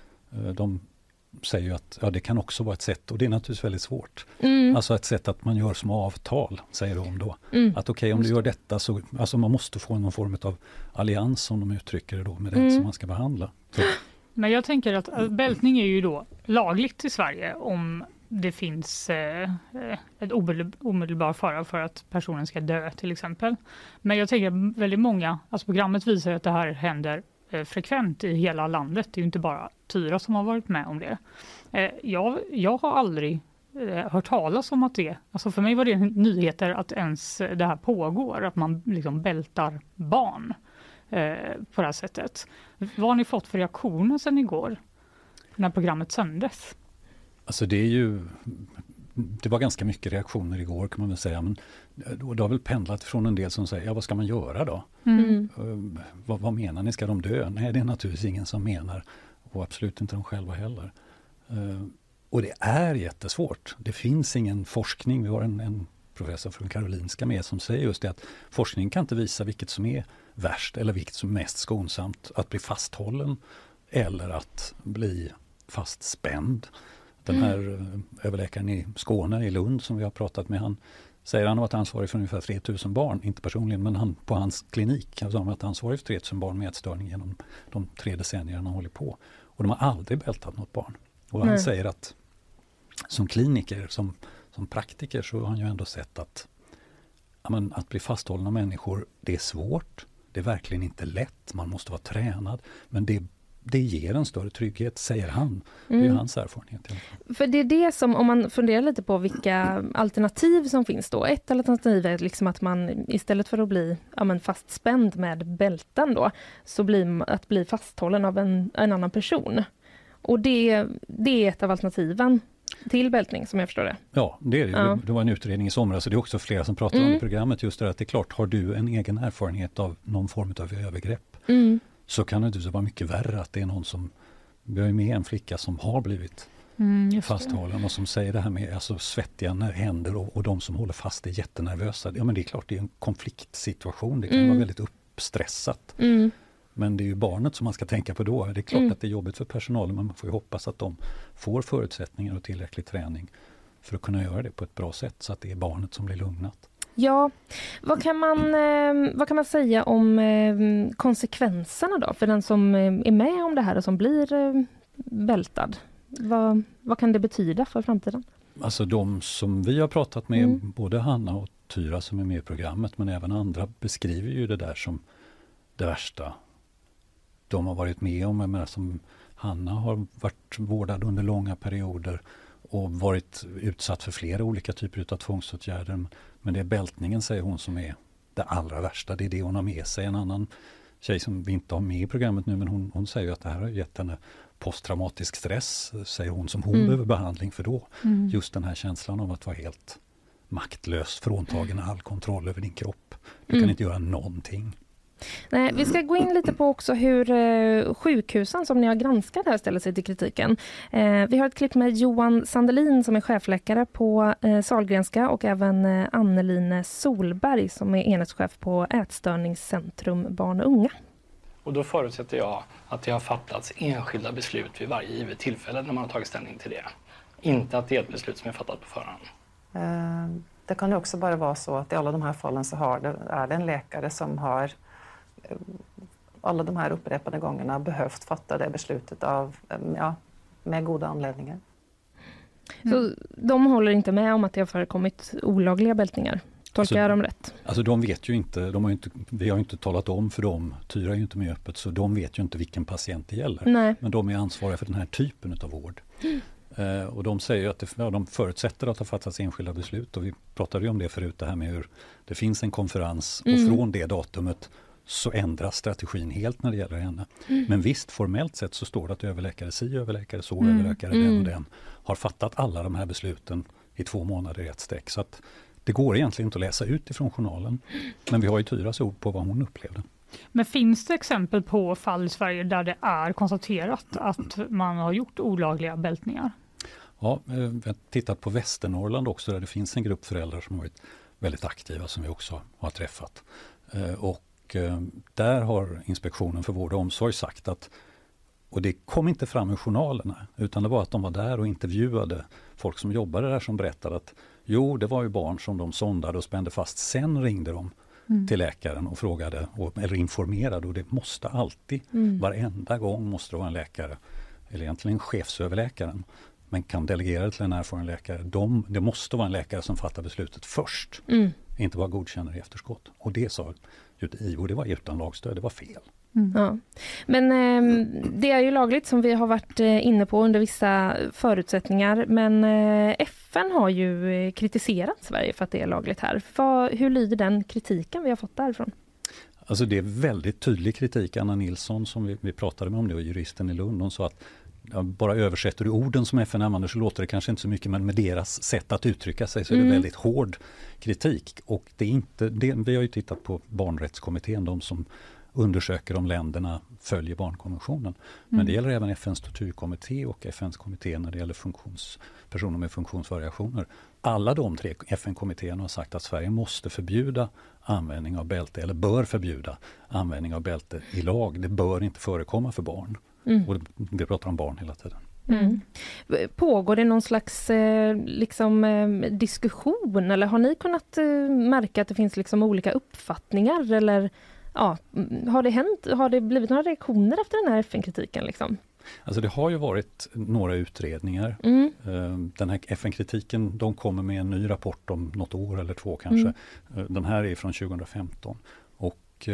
de säger ju att ja, det kan också vara ett sätt, och det är naturligtvis väldigt svårt. Mm. Alltså ett sätt att man gör små avtal, säger de då. Mm. Att okej, okay, om du gör detta så, alltså man måste få någon form av allians som de uttrycker det då, med mm. den som man ska behandla. Så. Men jag tänker att bältning är ju då lagligt i Sverige om det finns eh, ett omedelbar fara för att personen ska dö till exempel. Men jag tänker att väldigt många, alltså programmet visar att det här händer eh, frekvent i hela landet. Det är ju inte bara Tyra som har varit med om det. Eh, jag, jag har aldrig eh, hört talas om att det, alltså för mig var det nyheter att ens det här pågår, att man liksom bältar barn eh, på det här sättet. Vad har ni fått för reaktioner sedan igår när programmet sändes? Alltså det är ju, det var ganska mycket reaktioner igår kan man väl säga, men det har väl pendlat från en del som säger, ja vad ska man göra då? Mm. Uh, vad, vad menar ni, ska de dö? Nej, det är naturligtvis ingen som menar, och absolut inte de själva heller. Uh, och det är jättesvårt. Det finns ingen forskning, vi har en, en professor från Karolinska med som säger just det, att forskning kan inte visa vilket som är värst eller vilket som är mest skonsamt, att bli fasthållen eller att bli fastspänd. Den här mm. överläkaren i Skåne, i Lund, som vi har pratat med, han säger han har varit ansvarig för ungefär tre tusen barn, inte personligen, men han på hans klinik, alltså han har varit ansvarig för tre tusen barn med ätstörning genom de tre decennier han har hållit på. Och de har aldrig bältat något barn. Och han Nej. säger att som kliniker, som, som praktiker, så har han ju ändå sett att, ja, men, att bli fasthållna människor, det är svårt. Det är verkligen inte lätt, man måste vara tränad, men det Det ger en större trygghet, säger han. Det är mm. hans erfarenhet. För det är det som, om man funderar lite på vilka alternativ som finns då. Ett alternativ är liksom att man istället för att bli ja, men fastspänd med bälten då, så blir att bli fasthållen av en, en annan person. Och det, det är ett av alternativen till bältning, som jag förstår det. Ja, det är det. Ja. Det var en utredning i somras, så det är också flera som pratar mm. om i programmet just det, att det är klart, har du en egen erfarenhet av någon form av övergrepp, mm. så kan det inte vara mycket värre att det är någon som, vi har ju med en flicka som har blivit mm, fasthållen och som säger det här med alltså, svettiga händer och, och de som håller fast är jättenervösa. Ja, men det är klart, det är en konfliktsituation, det kan mm. vara väldigt uppstressat. Mm. Men det är ju barnet som man ska tänka på då. Det är klart mm. att det är jobbigt för personalen, men man får ju hoppas att de får förutsättningar och tillräcklig träning för att kunna göra det på ett bra sätt, så att det är barnet som blir lugnat. Ja, vad kan man, eh, vad kan man säga om eh, konsekvenserna då för den som eh, är med om det här och som blir eh, bältad? Vad, vad kan det betyda för framtiden? Alltså de som vi har pratat med, mm. både Hanna och Tyra som är med i programmet, men även andra, beskriver ju det där som det värsta de har varit med om, men som Hanna har varit vårdad under långa perioder och varit utsatt för flera olika typer av tvångsåtgärder. Men det är bältningen, säger hon, som är det allra värsta. Det är det hon har med sig. En annan tjej som vi inte har med i programmet nu, men hon, hon säger att det här har gett henne posttraumatisk stress, säger hon, som hon mm. behöver behandling för då. Mm. Just den här känslan av att vara helt maktlös, fråntagen all kontroll över din kropp. Du mm. kan inte göra någonting. Nej, vi ska gå in lite på också hur eh, sjukhusen som ni har granskat här ställer sig till kritiken. Eh, vi har ett klipp med Johan Sandelin som är chefläkare på eh, Sahlgrenska och även eh, Anneline Solberg som är enhetschef på Ätstörningscentrum barn och unga. Och då förutsätter jag att det har fattats enskilda beslut vid varje givet tillfälle när man har tagit ställning till det. Inte att det är ett beslut som är fattat på förhand. Eh, det kan ju också bara vara så att i alla de här fallen så har det, är det en läkare som har alla de här upprepade gångerna behövt fatta det beslutet av, ja, med goda anledningar. Så de håller inte med om att det har förekommit olagliga bältningar? Tolkar alltså, jag dem rätt? Alltså de vet ju inte, de har ju inte, vi har ju inte talat om för dem, Tyra är ju inte med öppet, så de vet ju inte vilken patient det gäller. Nej. Men de är ansvariga för den här typen av vård. Mm. Eh, och de säger ju att det, ja, de förutsätter att det har fattats enskilda beslut, och vi pratade ju om det förut, det här med hur det finns en konferens och mm. från det datumet så ändras strategin helt när det gäller henne. Mm. Men visst, formellt sett så står det att överläkare si, överläkare så, mm. överläkare mm. den och den har fattat alla de här besluten i två månader i ett streck. Så att det går egentligen inte att läsa ut ifrån journalen. Men vi har ju Tyras ord på vad hon upplevde. Men finns det exempel på fall i Sverige där det är konstaterat att man har gjort olagliga bältningar? Ja, vi har tittat på Västernorrland också, där det finns en grupp föräldrar som har varit väldigt aktiva, som vi också har träffat. Och Och där har Inspektionen för vård och omsorg sagt att, och det kom inte fram i journalerna, utan det var att de var där och intervjuade folk som jobbade där, som berättade att jo, det var ju barn som de sondade och spände fast. Sen ringde de mm. till läkaren och frågade, eller informerade, och det måste alltid, mm. varenda gång måste det vara en läkare, eller egentligen chefsöverläkaren, men kan delegera det till en erfaren läkare. De, det måste vara en läkare som fattar beslutet först, mm. inte bara godkänner i efterskott. Och det sa I V O, det var utan lagstöd, det var fel. Mm. Ja. Men eh, det är ju lagligt, som vi har varit eh, inne på, under vissa förutsättningar. Men eh, F N har ju eh, kritiserat Sverige för att det är lagligt här. För, hur lyder den kritiken vi har fått därifrån? Alltså det är väldigt tydlig kritik. Anna Nilsson, som vi, vi pratade med om det, och juristen i Lund, hon sa att jag bara översätter du orden som F N använder så låter det kanske inte så mycket, men med deras sätt att uttrycka sig så är det mm. väldigt hård kritik. Och det är inte, det, vi har ju tittat på barnrättskommittén, de som undersöker om länderna följer barnkonventionen. Men mm. det gäller även F N:s tortyrkommitté och F N:s kommitté när det gäller funktions, personer med funktionsvariationer. Alla de tre F N-kommittéerna har sagt att Sverige måste förbjuda användning av bälte, eller bör förbjuda användning av bälte i lag. Det bör inte förekomma för barn. Mm. Och vi pratar om barn hela tiden. Mm. Pågår det någon slags eh, liksom, eh, diskussion, eller har ni kunnat eh, märka att det finns liksom olika uppfattningar, eller ja, har det hänt, har det blivit några reaktioner efter den här F N-kritiken liksom? Alltså det har ju varit några utredningar. Mm. Den här F N-kritiken, de kommer med en ny rapport om något år eller två kanske. Mm. Den här är från tjugo femton. Och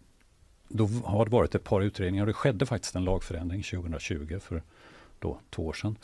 då har det varit ett par utredningar, och det skedde faktiskt en lagförändring tjugo tjugo, för då två år sedan,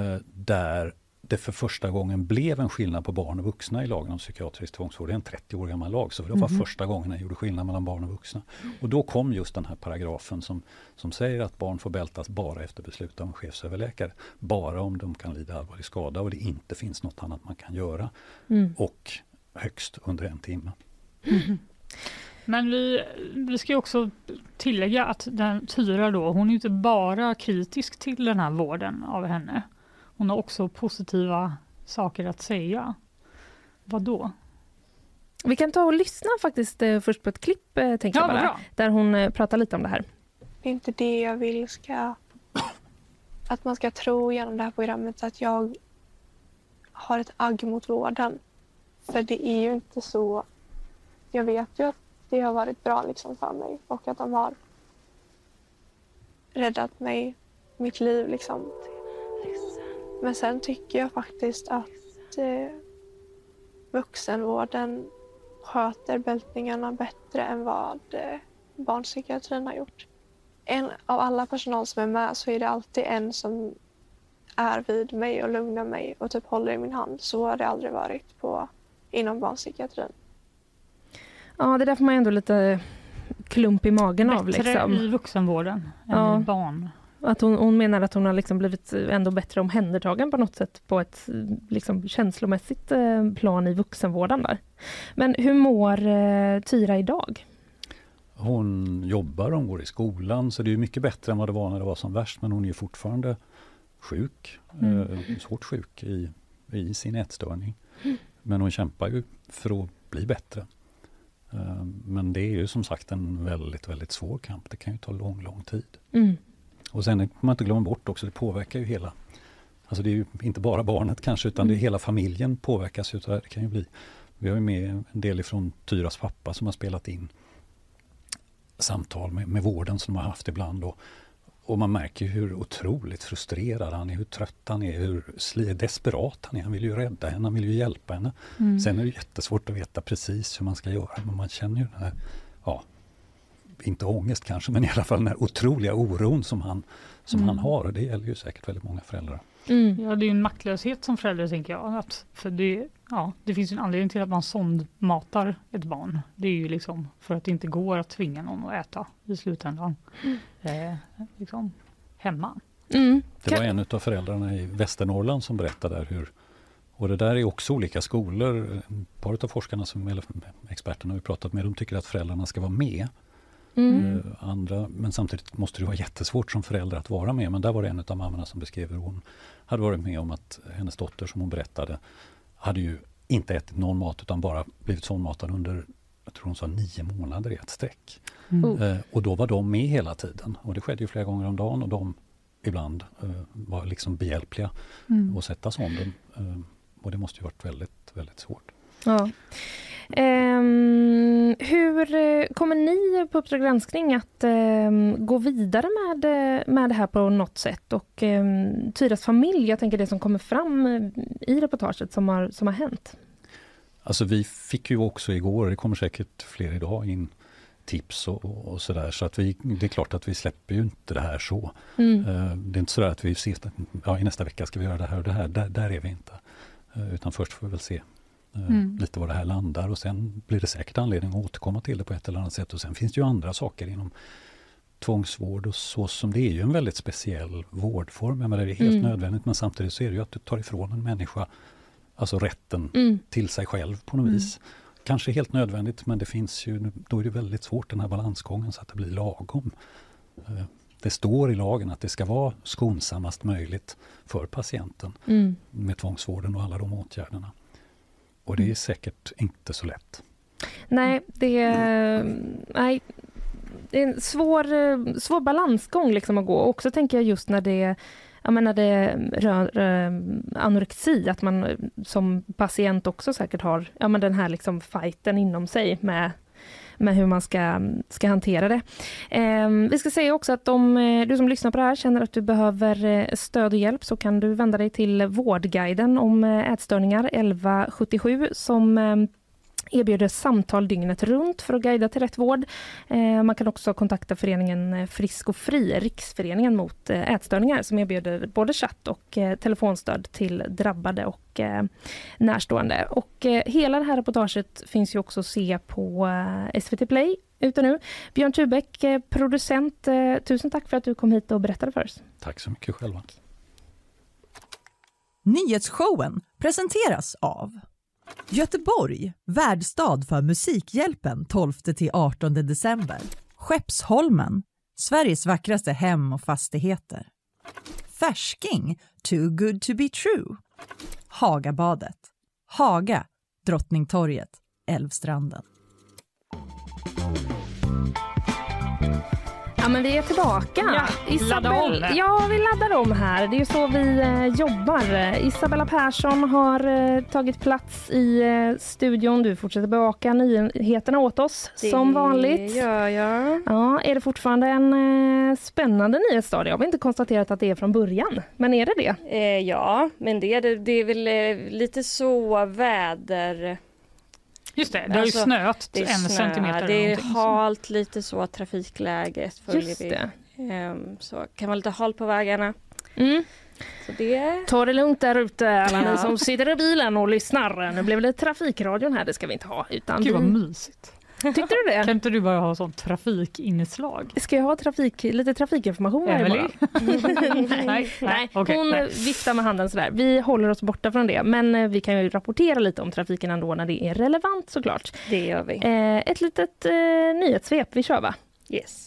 där det för första gången blev en skillnad på barn och vuxna i lagen om psykiatrisk tvångsvård. Det är en trettio år gammal lag, så det var mm. första gången jag gjorde skillnad mellan barn och vuxna. Och då kom just den här paragrafen som, som säger att barn får bältas bara efter beslut av en chefsöverläkare. Bara om de kan lida allvarlig skada och det inte finns något annat man kan göra. Mm. Och högst under en timme. Mm. Men vi, vi ska ju också tillägga att den Tyra då, hon är ju inte bara kritisk till den här vården av henne. Hon har också positiva saker att säga. Vad då? Vi kan ta och lyssna faktiskt eh, först på ett klipp, eh, tänker ja, jag bara, bra. där hon eh, pratar lite om det här. Det är inte det jag vill ska... Att man ska tro genom det här programmet att jag har ett agg mot vården. För det är ju inte så... Jag vet ju att det har varit bra liksom för mig och att de har räddat mig, mitt liv liksom. Men sen tycker jag faktiskt att eh, vuxenvården sköter bältningarna bättre än vad eh, barnpsykiatrin har gjort. en av alla personal som är med så är det alltid en som är vid mig och lugnar mig och typ håller i min hand. Så har det aldrig varit på, inom barnpsykiatrin. Ja, det där får man ändå lite klump i magen Bättre av. Liksom. i vuxenvården än ja. i barn. Att hon, hon menar att hon har liksom blivit ändå bättre omhändertagen på något sätt på ett liksom känslomässigt plan i vuxenvården där. Men hur mår eh, Tyra idag? Hon jobbar, hon går i skolan, så det är mycket bättre än vad det var när det var som värst, men hon är ju fortfarande sjuk, mm. eh, svårt sjuk i, i sin ätstörning. Mm. Men hon kämpar ju för att bli bättre. Eh, men det är ju som sagt en väldigt, väldigt svår kamp. Det kan ju ta lång, lång tid. Mm. Och sen får man inte glömma bort också, det påverkar ju hela, alltså det är ju inte bara barnet kanske, utan det är hela familjen påverkas utav det. Det kan ju bli, vi har ju med en del ifrån Tyras pappa som har spelat in samtal med, med vården som de har haft ibland. Och, och man märker hur otroligt frustrerad han är, hur trött han är, hur sli, desperat han är. Han vill ju rädda henne, han vill ju hjälpa henne. Mm. Sen är det jättesvårt att veta precis hur man ska göra, men man känner ju den här, ja, inte ångest kanske, men i alla fall den här otroliga oron som han, som mm. han har. Och det gäller ju säkert väldigt många föräldrar. Mm. Ja, det är ju en maktlöshet som förälder, tänker jag. Att, för det, ja, det finns ju en anledning till att man sondmatar ett barn. Det är ju liksom för att det inte går att tvinga någon att äta i slutändan. Mm. Eh, liksom hemma. Mm. Det var en av föräldrarna i Västernorrland som berättade där hur, och det där är också olika skolor. Ett par av forskarna, som, eller experterna vi pratat med, de tycker att föräldrarna ska vara med. Mm. Uh, andra, men samtidigt måste det vara jättesvårt som förälder att vara med. Men där var det en av mammorna som beskrev hur hon hade varit med om att hennes dotter, som hon berättade, hade ju inte ätit någon mat utan bara blivit sondmatad under, jag tror hon sa, nio månader i ett streck. Mm. Uh, och då var de med hela tiden. Och det skedde ju flera gånger om dagen, och de ibland uh, var liksom behjälpliga mm. att sätta sonden. Uh, och det måste ju varit väldigt, väldigt svårt. Ja. Um, hur kommer ni på Uppdrag granskning att um, gå vidare med, med det här på något sätt? Och um, Tyras familj, jag tänker det som kommer fram i reportaget som har, som har hänt. Alltså vi fick ju också igår, det kommer säkert fler idag, in tips och, och sådär. Så att vi, det är klart att vi släpper ju inte det här så. Mm. Uh, det är inte så att vi ser att ja, i nästa vecka ska vi göra det här och det här. Där, där är vi inte. Uh, utan först får vi väl se. Mm. Lite var det här landar, och sen blir det säkert anledning att återkomma till det på ett eller annat sätt. Och sen finns det ju andra saker inom tvångsvård och så, som det är ju en väldigt speciell vårdform. Jag menar, det är helt mm. nödvändigt, men samtidigt så är det ju att du tar ifrån en människa alltså rätten mm. till sig själv på något mm. vis. Kanske helt nödvändigt, men det finns ju, då är det väldigt svårt den här balansgången så att det blir lagom. Det står i lagen att det ska vara skonsammast möjligt för patienten mm. med tvångsvården och alla de åtgärderna. Och det är säkert inte så lätt. Nej, det är, nej, det är en svår, svår balansgång liksom att gå. Och också tänker jag just när det, jag menar, det rör äh, anorexi, att man som patient också säkert har ja, men den här liksom fighten inom sig med, med hur man ska, ska hantera det. Eh, vi ska säga också att om du som lyssnar på det här känner att du behöver stöd och hjälp, så kan du vända dig till Vårdguiden om ätstörningar elva sjuttiosju som eh, erbjuder samtal dygnet runt för att guida till rätt vård. Eh, man kan också kontakta föreningen Frisk och Fri, Riksföreningen mot ätstörningar, som erbjuder både chatt och eh, telefonstöd till drabbade och eh, närstående. Och eh, hela det här reportaget finns ju också att se på eh, S V T Play ute nu. Björn Thunbäck, eh, producent, eh, tusen tack för att du kom hit och berättade för oss. Tack så mycket själva. Nyhetsshowen presenteras av Göteborg, värdstad för Musikhjälpen tolfte till artonde december. Skeppsholmen, Sveriges vackraste hem och fastigheter. Färsking, too good to be true. Hagabadet, Haga, Drottningtorget, Älvstranden. Ja, men vi är tillbaka. Ja, Isabel, ja, vi laddar om här. Det är ju så vi eh, jobbar. Isabella Persson har eh, tagit plats i eh, studion. Du fortsätter bevaka nyheterna åt oss det som vanligt. Det gör jag. Ja, är det fortfarande en eh, spännande nyhetsdag? Jag har inte konstaterat att det är från början. Men är det det? Eh, ja, men det är, det, det är väl eh, lite så väder... Just det, det har ju alltså, snöat det en snö, centimeter. Det är halt, lite så trafikläget följer Just vi. det. Um, så kan vara lite halt på vägarna. Mm. Så det... Ta det lugnt där ute, alla ni som sitter i bilen och lyssnar. Nu blev det trafikradion här, det ska vi inte ha. Utan Gud vad vi... mysigt. Tyckte du det? Kan inte du bara ha sånt trafikinslag? Ska jag ha trafik, lite trafikinformation här Emily? nej, nej, nej. Okay, hon nej. viftar med handen sådär. Vi håller oss borta från det. Men vi kan ju rapportera lite om trafiken ändå när det är relevant såklart. Det gör vi. Eh, ett litet eh, nyhetssvep, vi kör va? Yes.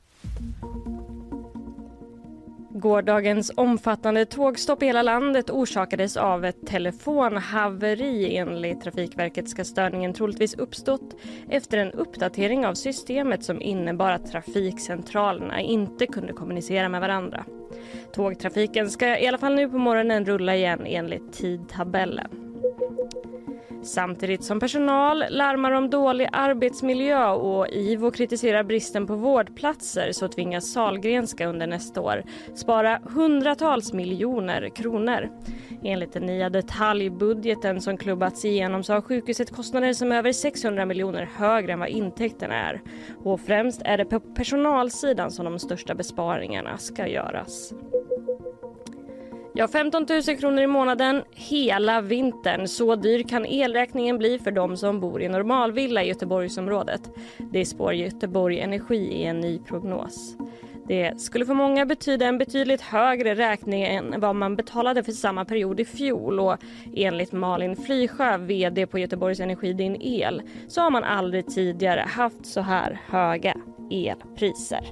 Gårdagens omfattande tågstopp i hela landet orsakades av ett telefonhaveri. Enligt Trafikverket ska störningen troligtvis uppstått efter en uppdatering av systemet som innebar att trafikcentralerna inte kunde kommunicera med varandra. Tågtrafiken ska i alla fall nu på morgonen rulla igen enligt tidtabellen. Samtidigt som personal larmar om dålig arbetsmiljö och I V O kritiserar bristen på vårdplatser så tvingas Sahlgrenska under nästa år spara hundratals miljoner kronor. Enligt den nya detaljbudgeten som klubbats igenom så har sjukhuset kostnader som är över sexhundra miljoner högre än vad intäkterna är. Och främst är det på personalsidan som de största besparingarna ska göras. Ja, femton tusen kronor i månaden hela vintern. Så dyr kan elräkningen bli för de som bor i normalvilla i Göteborgsområdet. Det spår Göteborg Energi i en ny prognos. Det skulle för många betyda en betydligt högre räkning än vad man betalade för samma period i fjol. Och enligt Malin Flysjö, vd på Göteborgs Energi Din El, så har man aldrig tidigare haft så här höga elpriser.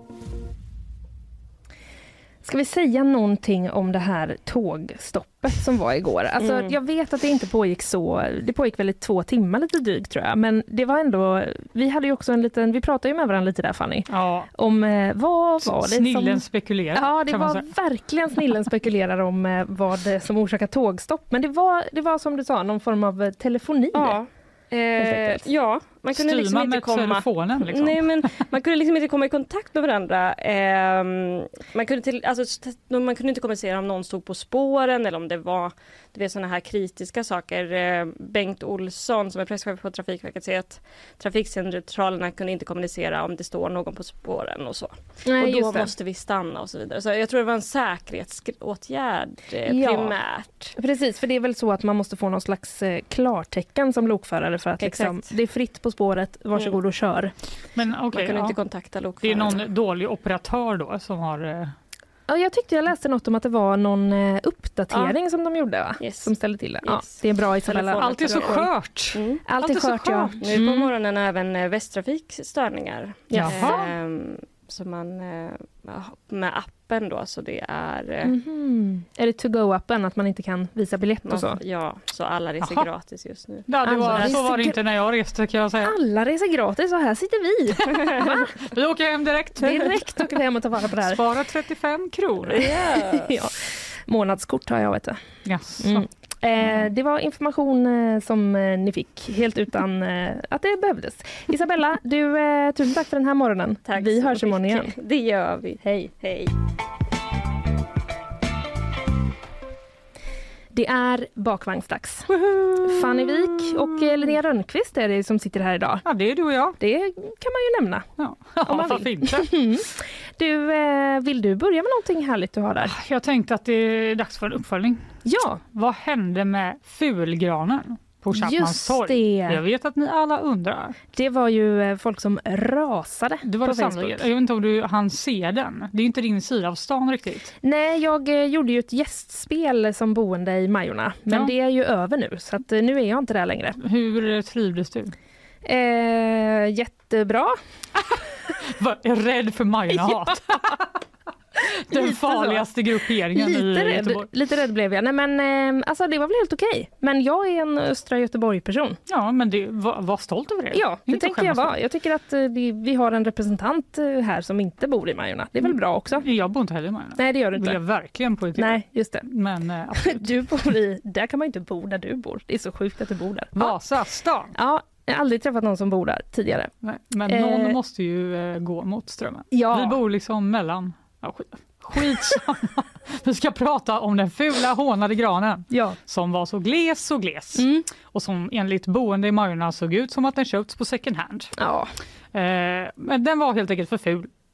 Ska vi säga någonting om det här tågstoppet som var igår? Alltså, mm. Jag vet att det inte pågick så, det pågick väl i två timmar lite drygt tror jag. Men det var ändå, vi hade ju också en liten, vi pratade ju med varandra lite där Fanny. Ja. Om eh, vad var det snillen som... spekulerar. Ja, det var verkligen snillen spekulerar om eh, vad det som orsakar tågstopp. Men det var, det var som du sa, någon form av telefoni. Ja. Eh, ja, man kunde Styr liksom man inte med komma telefonen liksom? Nej, men man kunde liksom inte komma i kontakt med varandra. Eh, man kunde till, alltså, man kunde inte kommunicera om någon stod på spåren eller om det var det var såna här kritiska saker. Eh, Bengt Olsson som är presschef på Trafikverket säger att trafikcentralerna kunde inte kommunicera om det står någon på spåren och så. Nej, och då måste vi stanna och så vidare. Så jag tror det var en säkerhetsåtgärd eh, ja, primärt. Precis, för det är väl så att man måste få någon slags eh, klartecken som lokförare för att liksom, det är fritt på spåret, varsågod mm. och kör. Men, okay, man kunde ja. inte kontakta lokförare. Det är någon dålig operatör då som har... Eh... Ja, jag tyckte jag läste något om att det var någon eh, uppdatering ja. som de gjorde va? Yes. Som ställde till det. Yes. Ja, det är bra Isabella. Allt är så skört. Mm. Allt är skört, ja. Nu på morgonen även Västtrafikstörningar. Jaha. Ehm, så man med appen då så det är mm-hmm. Är det to-go-appen att man inte kan visa biljett och så? Ja, så alla reser Aha. gratis just nu. Ja, det var, så var det inte när jag reste kan jag säga. Alla reser gratis och här sitter vi. Vi åker hem direkt. Direkt åker hem och tar vara på det här. Spara trettiofem kronor. Yeah. ja. Månadskort har jag vet du. Yes. Mm. Eh, det var information eh, som eh, ni fick helt utan eh, att det behövdes. Isabella, du, eh, tusen tack för den här morgonen. Tack vi hörs imorgon igen. Det gör vi. Hej. Hej. Det är bakvagnsdags. Woohoo! Fanny Wik och Linnea Rönnqvist är det som sitter här idag. Ja, det är du och jag. Det kan man ju nämna. Ja, om man varför vill. inte? Du, vill du börja med någonting härligt du har där? Jag tänkte att det är dags för en uppföljning. Ja. Vad hände med fulgranen på Chapmans torg? Det. Jag vet att ni alla undrar. Det var ju folk som rasade det var på det Facebook. Sannolikt. Jag vet inte om du hann se den. Det är inte din sida av stan riktigt. Nej, jag eh, gjorde ju ett gästspel som boende i Majorna. Men ja. det är ju över nu, så att, eh, nu är jag inte där längre. Hur trivdes du? Eh, jättebra. Var jag rädd för Majorna-hat? Den farligaste grupperingen lite i rädd, Göteborg. Lite rädd blev jag. Nej, men, eh, alltså, det var väl helt okej. Men jag är en östra Göteborg-person. Ja, men det, var, var stolt över det. Ja, det tänker jag vara. Jag tycker att eh, vi, vi har en representant eh, här som inte bor i Majorna. Det är väl bra också. Jag bor inte heller i Majorna. Nej, det gör du inte. Vill jag verkligen poängtera. Nej, just det. Men, eh, du bor i, där kan man ju inte bo där du bor. Det är så sjukt att du bor där. Vasastan. Ja, jag har aldrig träffat någon som bor där tidigare. Nej, men någon eh, måste ju eh, gå mot strömmen. Ja. Vi bor liksom mellan... Ja, skit. Skitsamma. Vi ska prata om den fula hånade granen ja. som var så gles och gles mm. och som enligt boende i Majorna såg ut som att den köpts på second hand. Ja. Eh, men den var helt enkelt för ful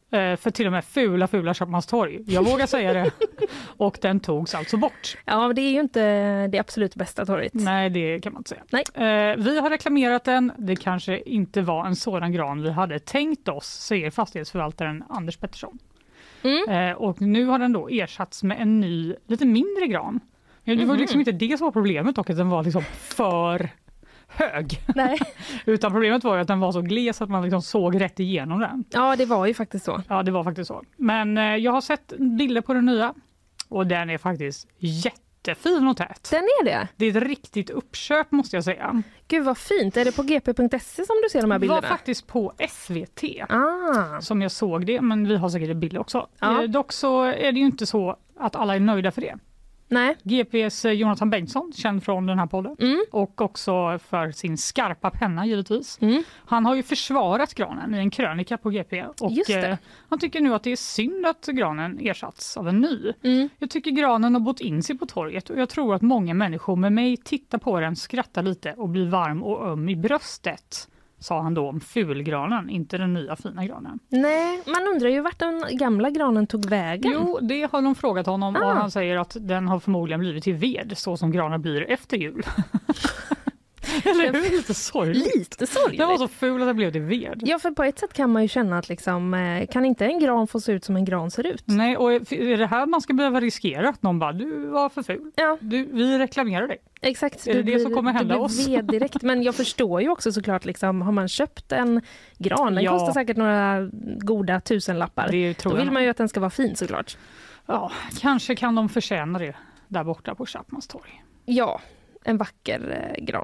eh, för till och med fula, fula Köpmanstorg. Jag vågar säga det. Och den togs alltså bort. Ja, det är ju inte det absolut bästa torget. Nej, det kan man inte säga. Nej. Eh, vi har reklamerat den. Det kanske inte var en sådan gran vi hade tänkt oss, säger fastighetsförvaltaren Anders Pettersson. Mm. Eh, och nu har den då ersatts med en ny, lite mindre gran. Det var mm. liksom inte det som var problemet, och att den var liksom för hög. Nej. Utan problemet var ju att den var så gles att man liksom såg rätt igenom den. Ja, det var ju faktiskt så. Ja, det var faktiskt så. Men eh, jag har sett bilder på den nya och den är faktiskt jättefin och tät. Den är det? Det är ett riktigt uppköp, måste jag säga. Gud vad fint. Är det på g p punkt se som du ser de här bilderna? Det var faktiskt på S V T ah. som jag såg det, men vi har säkert en bild också. Ja. Eh, dock så är det ju inte så att alla är nöjda för det. Nej. G P:s Jonathan Bengtsson, känd från den här podden, mm. och också för sin skarpa penna givetvis. Mm. Han har ju försvarat granen i en krönika på G P och eh, han tycker nu att det är synd att granen ersatts av en ny. Mm. Jag tycker granen har bott in sig på torget och jag tror att många människor med mig tittar på den, skrattar lite och blir varm och öm i bröstet. Sa han då om fulgranen, inte den nya fina granen. Nej, man undrar ju vart den gamla granen tog vägen. Jo, det har de frågat honom ah. och han säger att den har förmodligen blivit till ved, så som granar blir efter jul. Eller hur? Lite sorgligt. Lite sorgligt. Den var så ful att det blev till ved. Ja, för på ett sätt kan man ju känna att liksom, kan inte en gran få se ut som en gran ser ut? Nej, och är det här man ska behöva riskera att någon bara, du var för ful. Ja. Du, vi reklamerar dig. Exakt. Är det det det som kommer hända oss? Ved direkt. Men jag förstår ju också såklart, liksom, har man köpt en gran, den ja. kostar säkert några goda tusenlappar. Det tror Då vill jag. man ju att den ska vara fin såklart. Ja, kanske kan de förtjäna det där borta på Köpmanstorg. Ja, en vacker eh, gran.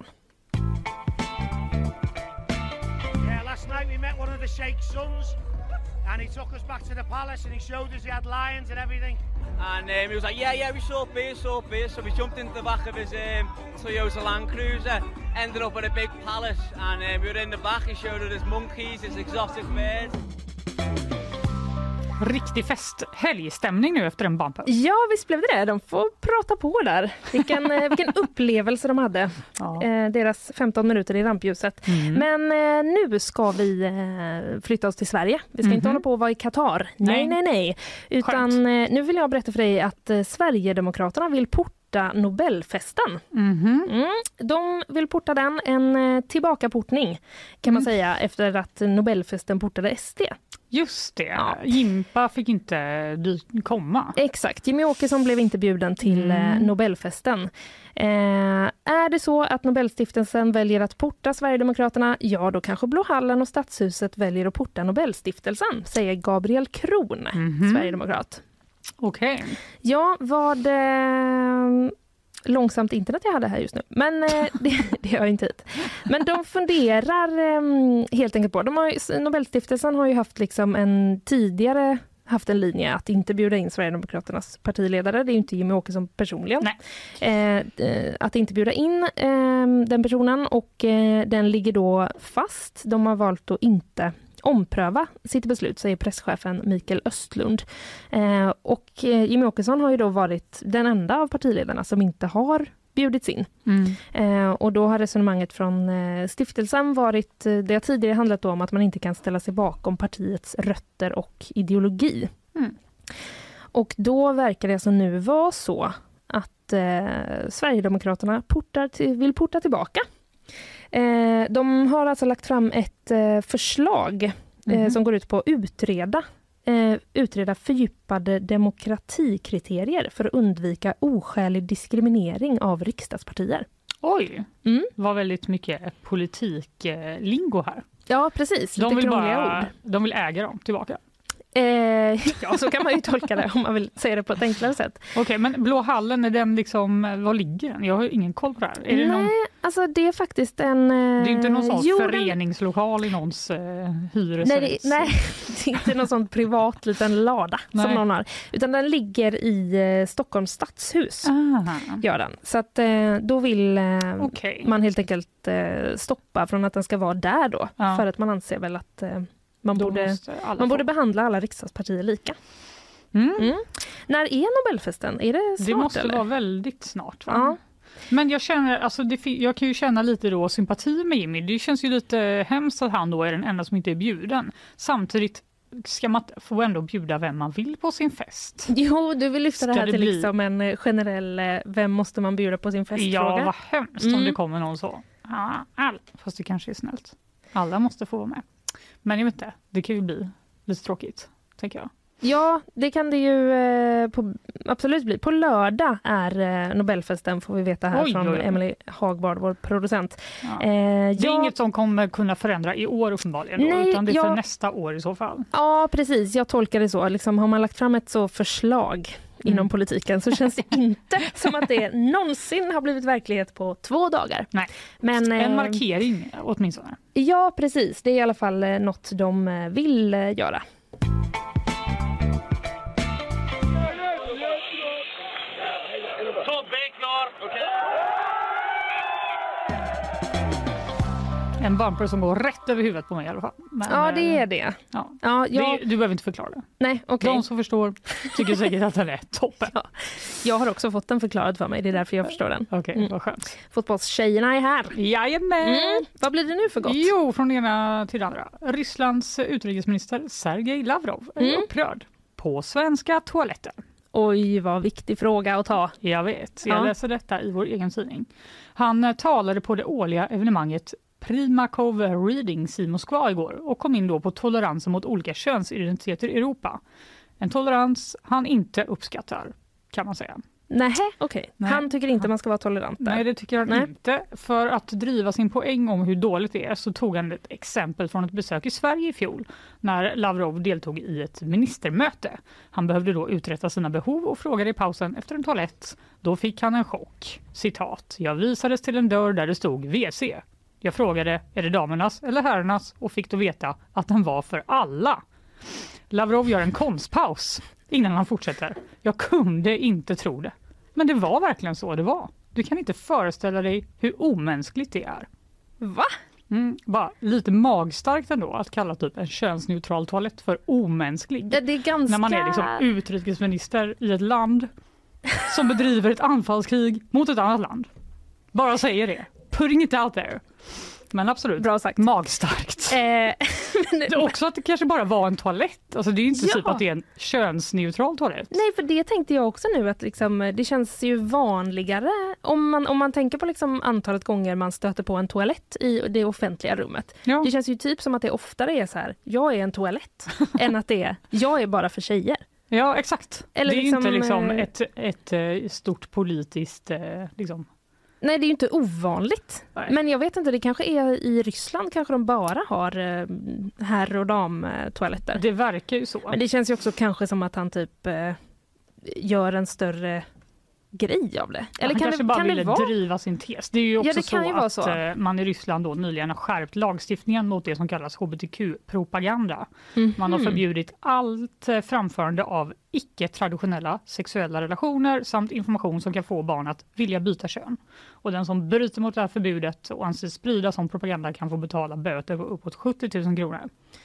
Last night we met one of the Sheikh's sons and he took us back to the palace and he showed us he had lions and everything. And um, he was like, yeah, yeah, we saw beer, saw beer. So we jumped into the back of his um, Toyota Land Cruiser, ended up at a big palace, and um, we were in the back. He showed us his monkeys, his exotic birds. Riktig festhelgstämning nu efter en bumper. Ja, visst blev det det. De får prata på där. Vilken, vilken upplevelse de hade. Ja. Eh, deras femton minuter i rampljuset. Mm. Men eh, nu ska vi eh, flytta oss till Sverige. Vi ska mm-hmm. inte hålla på att vara i Qatar. Nej, nej, nej. nej. Utan eh, nu vill jag berätta för dig att eh, Sverigedemokraterna vill porta Nobelfesten. Mm-hmm. Mm. De vill porta den. En eh, tillbakaportning kan man mm. säga efter att Nobelfesten portade S D. Just det. Ja. Jimpa fick inte komma. Exakt. Jimmy Åkesson blev inte bjuden till mm. Nobelfesten. Eh, är det så att Nobelstiftelsen väljer att porta Sverigedemokraterna, ja då kanske Blå Hallen och Stadshuset väljer att porta Nobelstiftelsen, säger Gabriel Kron, mm-hmm. Sverigedemokrat. Okej. Okay. Ja, vad... Eh, långsamt internet jag hade här just nu. Men eh, det, det har jag inte hit. Men de funderar eh, helt enkelt på. De har, Nobelstiftelsen har ju haft liksom en tidigare haft en linje att inte bjuda in Sverigedemokraternas partiledare. Det är ju inte Jimmy Åkesson personligen. Eh, att inte bjuda in eh, den personen och eh, den ligger då fast. De har valt att inte ompröva sitt beslut, säger presschefen Mikael Östlund. Eh, och eh, Jimmy Åkesson har ju då varit den enda av partiledarna som inte har bjudits in. Mm. Eh, och då har resonemanget från eh, stiftelsen varit, det har tidigare handlat om att man inte kan ställa sig bakom partiets rötter och ideologi. Mm. Och då verkar det alltså nu vara så att eh, Sverigedemokraterna portar till, vill porta tillbaka. Eh, de har alltså lagt fram ett eh, förslag eh, mm. som går ut på att utreda, eh, utreda fördjupade demokratikriterier för att undvika oskälig diskriminering av riksdagspartier. Oj, mm. var väldigt mycket politiklingo här. Ja, precis. De lite vill, krångliga bara, ord. de vill äga dem tillbaka. Eh, ja, så kan man ju tolka det om man vill säga det på ett enklare sätt. Okej, okay, men Blå Hallen, är den liksom, var ligger den? Jag har ingen koll på det här. Är det Nej, någon... alltså det är faktiskt en... Det är inte någon sån jo, föreningslokal i någons eh, hyresrätt. Nej, det, nej, det är inte någon sån privat liten lada nej. som någon har. Utan den ligger i eh, Stockholms stadshus. Aha. Gör den. Så att eh, då vill eh, okay. man helt enkelt eh, stoppa från att den ska vara där då. Ja. För att man anser väl att... Eh, Man, borde, man få... borde behandla alla riksdagspartier lika. Mm. Mm. När är Nobelfesten? Är det snart? Det måste eller? vara väldigt snart. Va? Ja. Men jag känner, alltså det, jag kan ju känna lite då sympati med Jimmy. Det känns ju lite hemskt att han då är den enda som inte är bjuden. Samtidigt ska man få ändå bjuda vem man vill på sin fest? Jo, du vill lyfta Ska det här det till bli- liksom en generell eh, vem måste man bjuda på sin festfråga? Ja, vad hemskt Mm. om det kommer någon så. Ja, all, fast det kanske är snällt. Alla måste få vara med. Men jag vet inte, det kan ju bli lite tråkigt, tänker jag. Ja, det kan det ju eh, på, absolut bli. På lördag är eh, Nobelfesten, får vi veta här Oj, från oj, oj. Emily Hagbard, vår producent. Ja. Eh, Det är ja, inget som kommer kunna förändra i år uppenbarligen, då, Nej, utan det är för jag- nästa år i så fall. ja, precis. Jag tolkar det så. Liksom, har man lagt fram ett så förslag inom Mm. politiken så känns det inte som att det någonsin har blivit verklighet på två dagar. Nej. Men, eh, En markering åtminstone. Ja, precis. Det är i alla fall eh, något de eh, vill eh, göra. En bumper som går rätt över huvudet på mig i alla fall. Men, Ja, det eh, är det. Ja. Ja, jag, det du behöver inte förklara det. nej, okej. De som förstår tycker säkert att den är toppen. Ja. Jag har också fått den förklarad för mig. Det är därför jag förstår den. Okej, Mm. vad skönt. Fotbollstjejerna är här. Jajamän! Mm. Vad blir det nu för gott? Jo, från det ena till det andra. Rysslands utrikesminister Sergej Lavrov är Mm. upprörd på svenska toaletter. Oj, vad viktig fråga att ta. Jag vet, jag Ja. läser detta i vår egen tidning. Han eh, talade på det årliga evenemanget Primakov Readings i Moskva igår och kom in då på toleransen mot olika könsidentiteter i Europa. En tolerans han inte uppskattar, kan man säga. Nej, okej. Nej. Han tycker inte man ska vara tolerant där. Nej, det tycker han Nej. inte. För att driva sin poäng om hur dåligt det är så tog han ett exempel från ett besök i Sverige i fjol när Lavrov deltog i ett ministermöte. Han behövde då uträtta sina behov och frågade i pausen efter en toalett. Då fick han en chock. Citat. Jag visades till en dörr där det stod V C. Jag frågade, är det damernas eller herrarnas? Och fick då veta att den var för alla. Lavrov gör en konstpaus innan han fortsätter. Jag kunde inte tro det. Men det var verkligen så det var. Du kan inte föreställa dig hur omänskligt det är. Va? Mm, bara lite magstarkt ändå att kalla typ en könsneutral toalett för omänsklig. Ja, det är ganska... När man är liksom utrikesminister i ett land som bedriver ett anfallskrig mot ett annat land. Bara säger det. Putting it out there. Men absolut, bra sagt. Magstarkt. Eh, men Det är också att det kanske bara var en toalett. Alltså det är ju inte Ja. typ att det är en könsneutral toalett. Nej, för det tänkte jag också nu att liksom, det känns ju vanligare om man, om man tänker på liksom antalet gånger man stöter på en toalett i det offentliga rummet. Ja. Det känns ju typ som att det oftare är så här, jag är en toalett än att det är, jag är bara för tjejer. Ja, exakt. Eller det är ju liksom, inte liksom eh, ett, ett, eh, stort politiskt eh, liksom. Nej, det är ju inte ovanligt. Nej. Men jag vet inte, det kanske är i Ryssland kanske de bara har eh, herr- och damtoaletter. Det verkar ju så. Men det känns ju också kanske som att han typ eh, gör en större grej av det. Eller han kan kanske det, bara kan ville det vara? driva sin tes. Det är ju också Ja, det kan så ju vara att så. eh, man i Ryssland då nyligen har skärpt lagstiftningen mot det som kallas H B T Q-propaganda. Mhm. Man har förbjudit allt eh, framförande av icke-traditionella sexuella relationer samt information som kan få barn att vilja byta kön. Och den som bryter mot det här förbudet och anses sprida som propaganda kan få betala böter på uppåt sjuttio tusen kronor.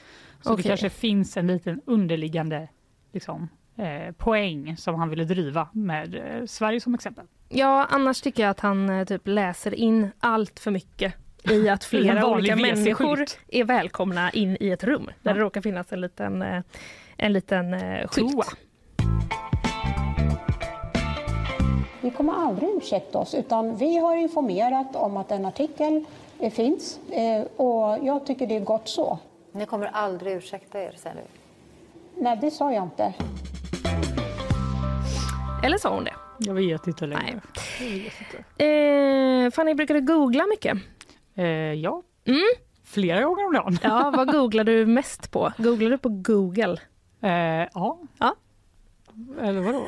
Så Okej. det kanske finns en liten underliggande liksom, eh, poäng som han ville driva med eh, Sverige som exempel. Ja, annars tycker jag att han eh, typ läser in allt för mycket i att En flera vanlig olika W C-skylt. människor är välkomna in i ett rum där Ja. det råkar finnas en liten, eh, en liten eh, skylt. Toa. Vi kommer aldrig ursäkta oss, utan vi har informerat om att en artikel eh, finns eh, och jag tycker det är gott så. Ni kommer aldrig ursäkta er, säger du? Nej, det sa jag inte. Eller sa hon det? Jag vet inte längre. Nej. Jag vet inte. Eh, Fanny, brukar du googla mycket? Eh, ja, Mm. flera gånger om dagen. Ja, vad googlar du mest på? Googlar du på Google? Eh, ja. Ja. Eller vadå?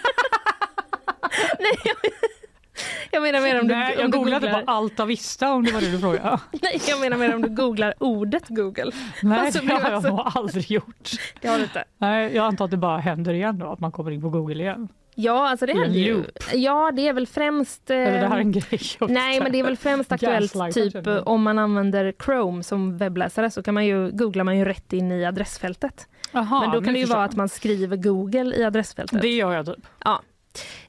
Nej, jag, jag menar mer om du, Nej, om jag du googlade googlar... på Alta Vista om det var det du frågade. Nej, jag menar mer om du googlar ordet Google. Nej, Alltså, det blir har jag alltså- nog aldrig gjort. Det har du inte. Nej, jag antar att det bara händer igen då, att man kommer in på Google igen. Ja, alltså det I en händer ju. loop. Ja, det är väl främst... eh, Eller det här är en grej. Nej, men det är väl främst aktuellt Gaslight, typ känner jag. om man använder Chrome som webbläsare så kan man ju googlar man ju rätt in i adressfältet. Aha, men då kan nu det ju förstår vara jag. att man skriver Google i adressfältet. Det gör jag typ. Ja.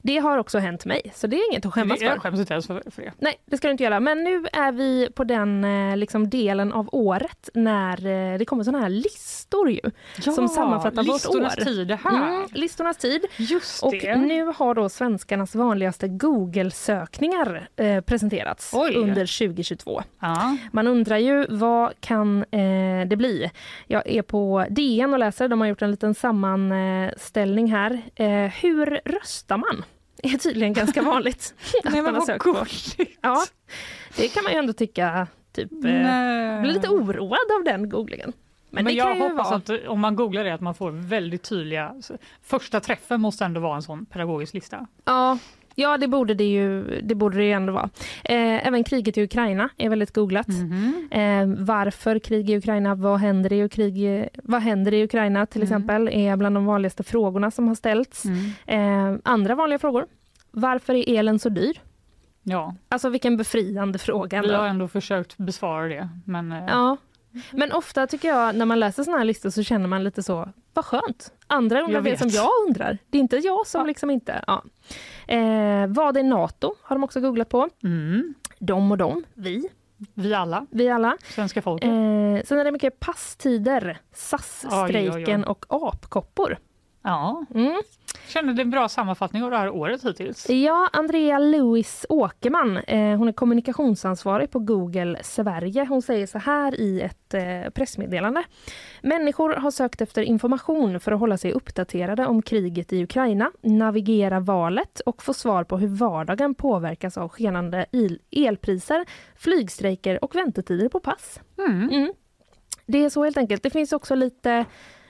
Det har också hänt mig, så det är inget att skämmas Det är för. skäms inte ens för, för det. Nej, det ska du inte göra. Men nu är vi på den eh, liksom delen av året när eh, det kommer såna här listor ju, Ja, som sammanfattar vårt år. listornas tid det här. Mm, listornas tid. Just och det. nu har då svenskarnas vanligaste Google-sökningar eh, presenterats Oj. under tjugohundratjugotvå. Ja. Man undrar ju, vad kan eh, det bli? Jag är på D N och läser, de har gjort en liten sammanställning här. Eh, hur röstar man? Är tydligen ganska vanligt. Nej, men vad gulligt. Ja, det kan man ju ändå tycka, typ, eh, blir lite oroad av den googlingen. Men, Men det jag kan ju hoppas vara... att om man googlar det att man får väldigt tydliga... Första träffen måste ändå vara en sån pedagogisk lista. Ja, ja det borde det ju det borde det ju ändå vara. Eh, även kriget i Ukraina är väldigt googlat. Mm-hmm. Eh, varför krig i Ukraina? Vad händer i, krig, vad händer i Ukraina till Mm. exempel? Är bland de vanligaste frågorna som har ställts. Mm. Eh, andra vanliga frågor. Varför är elen så dyr? Ja. Alltså vilken befriande fråga. Vi ändå. har ändå försökt besvara det. Men, eh, Ja. Men ofta tycker jag, när man läser såna här listor så känner man lite så, vad skönt. Andra undrar Jag det vet. som jag undrar. Det är inte jag som liksom inte... Ja. Eh, vad är NATO? Har de också googlat på. Mm. De och de, vi. Vi alla. Vi alla. Svenska folket. Eh, sen är det mycket passtider, S A S-strejken Oj, oj, oj. och apkoppor. Ja. Mm. Känner det en bra sammanfattning av det här året hittills? Ja, Andrea Louis Åkerman, eh, hon är kommunikationsansvarig på Google Sverige. Hon säger så här i ett eh, pressmeddelande. Människor har sökt efter information för att hålla sig uppdaterade om kriget i Ukraina, navigera valet och få svar på hur vardagen påverkas av skenande el- elpriser, flygstrejker och väntetider på pass. Mm. Mm. Det är så helt enkelt. Det finns också lite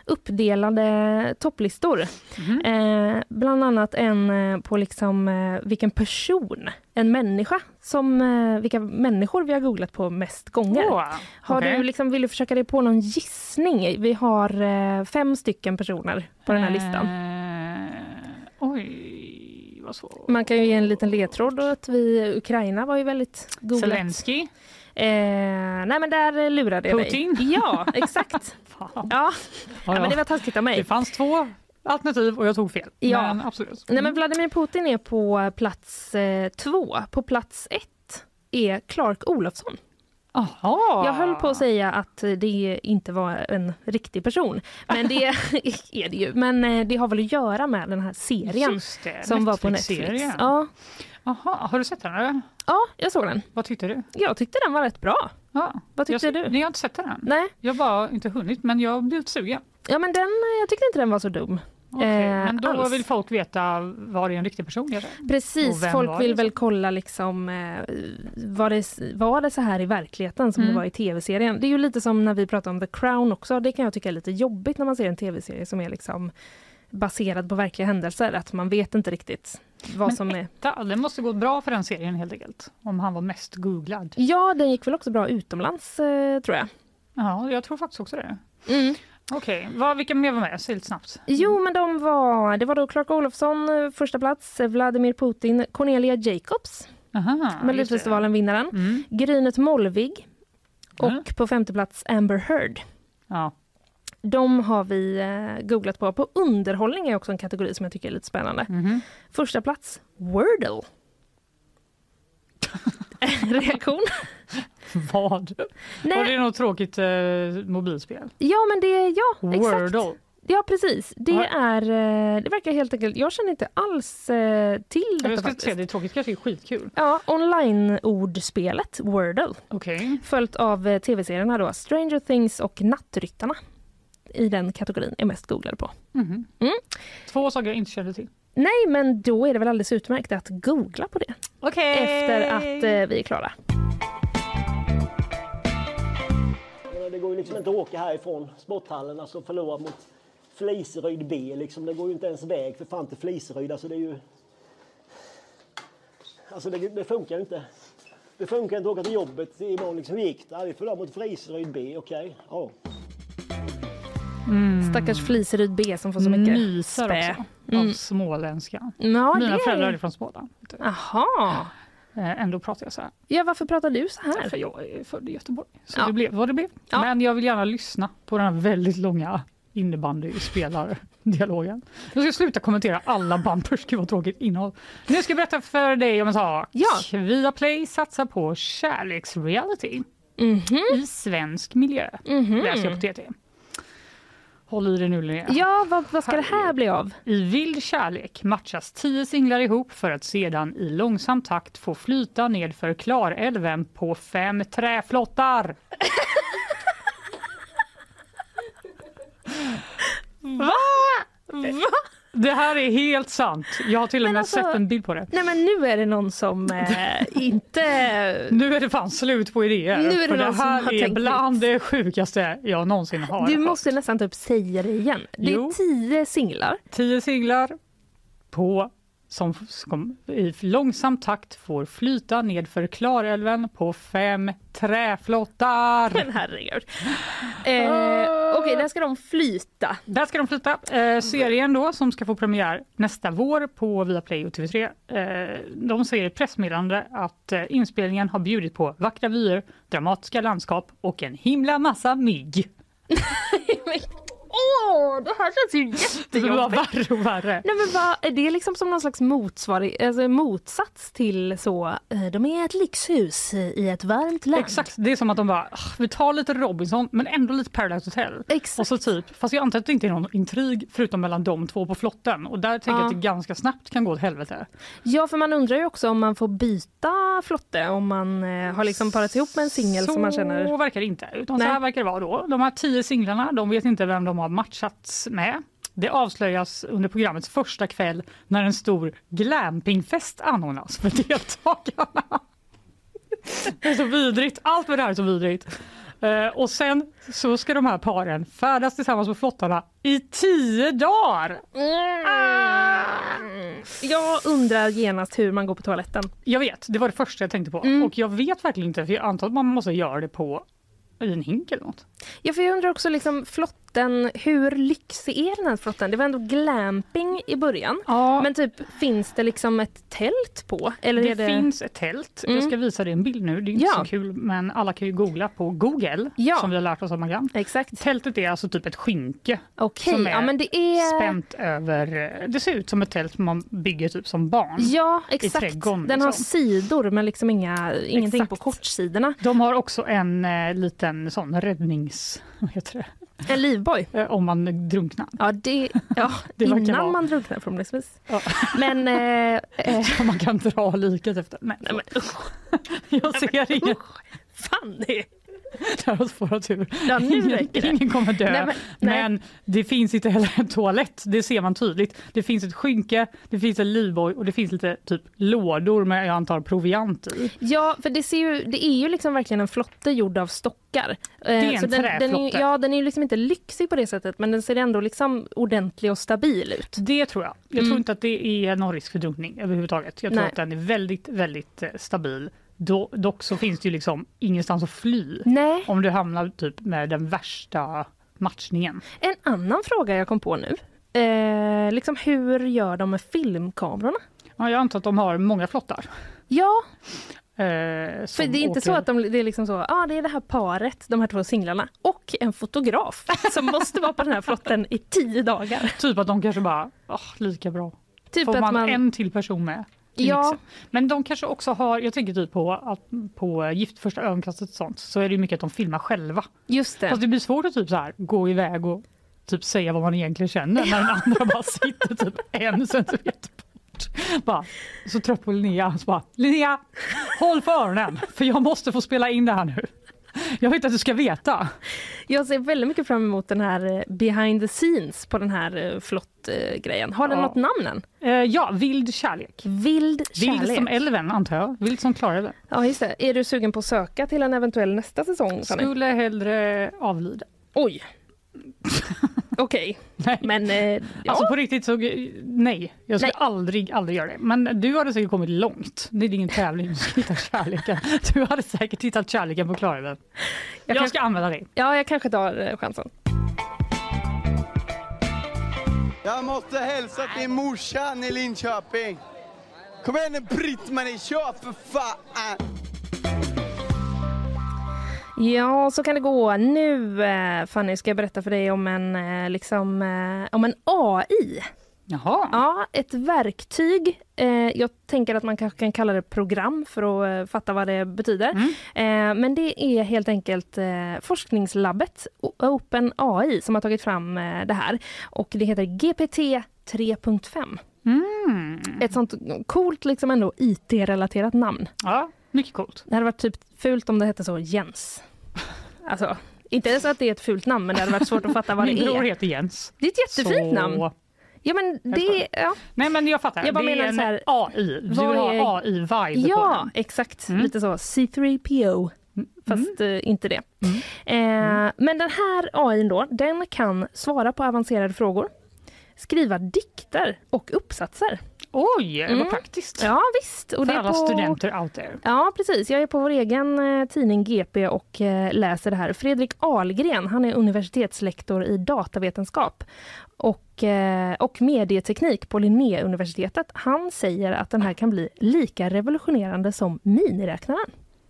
uppdelade topplistor. Mm. Eh, bland annat en eh, på liksom eh, vilken person, en människa som eh, vilka människor vi har googlat på mest gånger. Oh, har okay. du liksom, vill du försöka dig på någon gissning? Vi har eh, fem stycken personer på den här listan. Eh, oj, vad svårt. Man kan ju ge en liten ledtråd då, att vi Ukraina var ju väldigt googlat. Zelensky. Eh, nej men där lurade jag Putin? dig. Ja, exakt. ja. Ja, Ja, ja. Men det var taskigt av mig. Det fanns två alternativ och jag tog fel. Ja. Men absolut. Nej, men Vladimir Putin är på plats eh, två. På plats ett är Clark Olofsson. Aha. Jag höll på att säga att det inte var en riktig person. Men det är det ju. Men eh, det har väl att göra med den här serien Just det, som var på Netflix. Netflix-serien. Ja. Aha, har du sett den? Eller? Ja, jag såg den. Vad tyckte du? Jag tyckte den var rätt bra. Ja. Vad tyckte jag, du? Nej, jag har inte sett den än. Nej. Jag har bara inte hunnit, men jag blev sugen. Ja, men den, jag tyckte inte den var så dum. Okay, eh, men då alls. vill folk veta vad det är en riktig person. Kanske? Precis, Och vem folk var vill det, väl så? kolla liksom, eh, var, det, var det så här i verkligheten som Mm. det var i tv-serien. Det är ju lite som när vi pratar om The Crown också. Det kan jag tycka är lite jobbigt när man ser en tv-serie som är liksom baserad på verkliga händelser. Att man vet inte riktigt vad Men som är... Etta, det måste gå bra för den serien helt enkelt. Om han var mest googlad. Ja, den gick väl också bra utomlands, eh, tror jag. Ja, jag tror faktiskt också det. Mm. Okej, okay. Vilka mer var med? Säg lite snabbt. Jo, men de var... Det var då Clark Olofsson, eh, första plats. Vladimir Putin, Cornelia Jacobs. Aha, Melodifestivalen vinnaren. Mm. Grynet Molvig. Och Mm. på femte plats Amber Heard. Ja. De har vi eh, googlat på. På underhållning är också en kategori som jag tycker är lite spännande. Mm-hmm. Första plats, Wordle. Reaktion? Vad? Nej. Var det något tråkigt eh, mobilspel? Ja, men det är ja, exakt. Wordle. Ja, precis. Det Ja. är eh, det verkar helt enkelt. Jag känner inte alls eh, till detta Jag ska faktiskt. se, det är tråkigt, kanske är skitkul. Ja, online-ordspelet Wordle. Okej. Följt av eh, tv-serierna då Stranger Things och Nattryttarna. I den kategorin är mest googlade på. Mhm. Mm. Två saker jag inte kände till. Nej, men då är det väl alldeles utmärkt att googla på det. Okej. Efter att eh, vi är klara. Det går ju liksom inte att åka härifrån sporthallen, alltså förlora mot Fliseryd B liksom. Det går ju inte ens väg för fan till Fliseryd, alltså det är ju... Alltså det, det funkar inte. Det funkar inte att åka till jobbet imorgon liksom. Hur gick det? Vi förlorar mot Fliseryd B, okej. Okay. Ja. Mm. Stackars Fliseryd B som får så mycket Myser spä. också Mm. av småländska. Ja, Mina det... föräldrar är från Småland. Aha. Eh, ändå pratar jag så här. Ja, varför pratar du så här? För jag är född i Göteborg. Så Ja. det blev vad det blev. Ja. Men jag vill gärna lyssna på den här väldigt långa innebandy-spelar-dialogen. Nu ska jag sluta kommentera alla bumpers, gud vad tråkigt innehåll. Nu ska jag berätta för dig om en sak. Ja. Viaplay satsar på kärleksreality mm-hmm. i svensk miljö. Mm-hmm. Läser jag på T T. Håll i det nu, Linnea. Ja, vad, vad ska det här bli av? I vild kärlek matchas tio singlar ihop för att sedan i långsam takt få flyta ned för Klarälven på fem träflottar. Va? Va? Det här är helt sant. Jag har till och med alltså, sett en bild på det. Nej, men nu är det någon som eh, inte... Nu är det fan slut på idéer. Nu är det för någon det här som har är tänkt bland det sjukaste jag någonsin har. Du måste hört. nästan typ säga det igen. Det jo. är tio singlar. Tio singlar på... som, som i långsam takt får flyta ned för Klarälven på fem träflottar. Men herregud. Eh, Okej, okay, där ska de flyta. Där ska de flyta. Eh, serien då som ska få premiär nästa vår på Viaplay och T V tre. Eh, de säger i pressmeddelande att eh, inspelningen har bjudit på vackra vyer, dramatiska landskap och en himla massa mygg. Åh, det här känns ju jättejobbigt. Det var värre och värre. Nej, men vad, är det liksom som någon slags motsvarig, alltså motsats till så, de är ett lyxhus i ett varmt land. Exakt, det är som att de bara, vi tar lite Robinson men ändå lite Paradise Hotel. Exakt. Och så typ, fast jag antar att det inte är någon intrig förutom mellan de två på flotten. Och där tänker ja. jag att det ganska snabbt kan gå åt helvete. Ja, för man undrar ju också om man får byta flotte om man eh, har liksom parat ihop med en singel som man känner. Så verkar det inte, utan Nej. så här verkar det vara då. De här tio singlarna, de vet inte vem de har matchats med. Det avslöjas under programmets första kväll när en stor glampingfest anordnas för deltagarna. Det är så vidrigt. Allt med det här är så vidrigt. Uh, och sen så ska de här paren färdas tillsammans med flottarna i tio dagar. Mm. Ah. Jag undrar genast hur man går på toaletten. Jag vet, det var det första jag tänkte på. Mm. Och jag vet verkligen inte, för jag antar att man måste göra det på i en hink eller något. Ja, för jag undrar också liksom flotten, hur lyxig är den här flotten? Det var ändå glamping i början. Ja. Men typ, finns det liksom ett tält på? Eller det, är det finns ett tält. Mm. Jag ska visa dig en bild nu. Det är inte ja. så kul, men alla kan ju googla på Google, ja. som vi har lärt oss att man kan. Exakt. Tältet är alltså typ ett skynke. Okej, som är ja, men det är spänt över. Det ser ut som ett tält som man bygger typ som barn. Ja, exakt. I trädgården, den har liksom. sidor men liksom inga, ingenting exakt. på kortsidorna. De har också en eh, liten sån räddnings... Vad heter det? En livboj. Om man drunknar. Ja, det, ja det innan man drunknar förhoppningsvis. Ja. Men... Eh, eh. Man kan dra liket efter. Nej, Nej men usch. Jag ser Nej, inget. Fan det. Det har spårat tur. Ja, nu ingen, ingen kommer dö. Nej, men, nej. men det finns inte heller en toalett. Det ser man tydligt. Det finns ett skynke, det finns en livboj och det finns lite typ lådor med jag antar proviant i. Ja, för det ser ju, det är ju liksom verkligen en flotte gjord av stockar. Det är en så den, träflotte. Den är, ja, den är ju liksom inte lyxig på det sättet, men den ser ändå liksom ordentlig och stabil ut. Det tror jag. Jag mm. tror inte att det är någon risk för drunkning överhuvudtaget. Jag tror Nej. att den är väldigt, väldigt stabil. Do, dock så finns det ju liksom ingenstans att fly. Nej. Om du hamnar typ med den värsta matchningen. En annan fråga jag kom på nu. Eh, liksom hur gör de med filmkamerorna? Ja, jag antar att de har många flottar. Ja. Eh, För det är inte åker... så att de, det är liksom så, ja ah, det är det här paret, de här två singlarna och en fotograf som måste vara på den här flotten i tio dagar. Typ att de kanske bara, oh, lika bra. Typ Får att man, man en till person med? Ja. Men de kanske också har, jag tänker typ på att på Gift första ögonkastet och sånt, så är det ju mycket att de filmar själva. Just det. Fast det blir svårt att typ så här gå iväg och typ säga vad man egentligen känner när den andra bara sitter typ en centimeter bort. Bara, så trött på Linnea, så bara, Linnea, håll för öronen, för jag måste få spela in det här nu. Jag vet att du ska veta. Jag ser väldigt mycket fram emot den här behind the scenes på den här flottgrejen. Har den ja. något namn än? Uh, ja, Vild kärlek. Vild kärlek. Vild som älven, antar jag. Vild som Klarälven. Ja, just det. Är du sugen på att söka till en eventuell nästa säsong? Skulle hellre avlida. Oj. Okej. Okay. Men eh, ja. Alltså på riktigt så nej. Jag skulle nej. aldrig aldrig göra det. Men du hade säkert kommit långt. Det är ingen tävling, du ska hitta kärleken. Du hade säkert hittat kärleken på Klarälven. Jag, jag ska använda det. Ja, jag kanske tar chansen. Jag måste hälsa till morsan i Linköping. Kom igen, Britt-Marie, kör för fan! Ja, så kan det gå. Nu, Fanny, ska jag berätta för dig om en, liksom, om en A I. Jaha. Ja, ett verktyg. Jag tänker att man kanske kan kalla det program för att fatta vad det betyder. Mm. Men det är helt enkelt forskningslabbet OpenAI som har tagit fram det här. Och det heter G P T tre punkt fem. Mm. Ett sånt coolt, liksom ändå I T-relaterat namn. Ja, mycket coolt. Det hade varit typ fult om det hette så Jens. Alltså, inte så att det är ett fult namn, men det hade varit svårt att fatta vad det är. Min bror heter Jens. Det är ett jättefint så... namn. Ja, men det... Ja. Nej, men jag fattar. Jag bara det är en så här, A I. Du vill ha är... A I-vibe ja, på den. Exakt. Mm. Lite så C tre P O. Fast mm. uh, inte det. Mm. Eh, mm. Men den här A I då, den kan svara på avancerade frågor. Skriva dikter och uppsatser. Oj, mm. vad praktiskt. Ja, visst. Och för det alla på... studenter out there. Ja, precis. Jag är på vår egen eh, tidning G P och eh, läser det här. Fredrik Ahlgren, han är universitetslektor i datavetenskap och, eh, och medieteknik på Linnéuniversitetet. Han säger att den här kan bli lika revolutionerande som miniräknaren.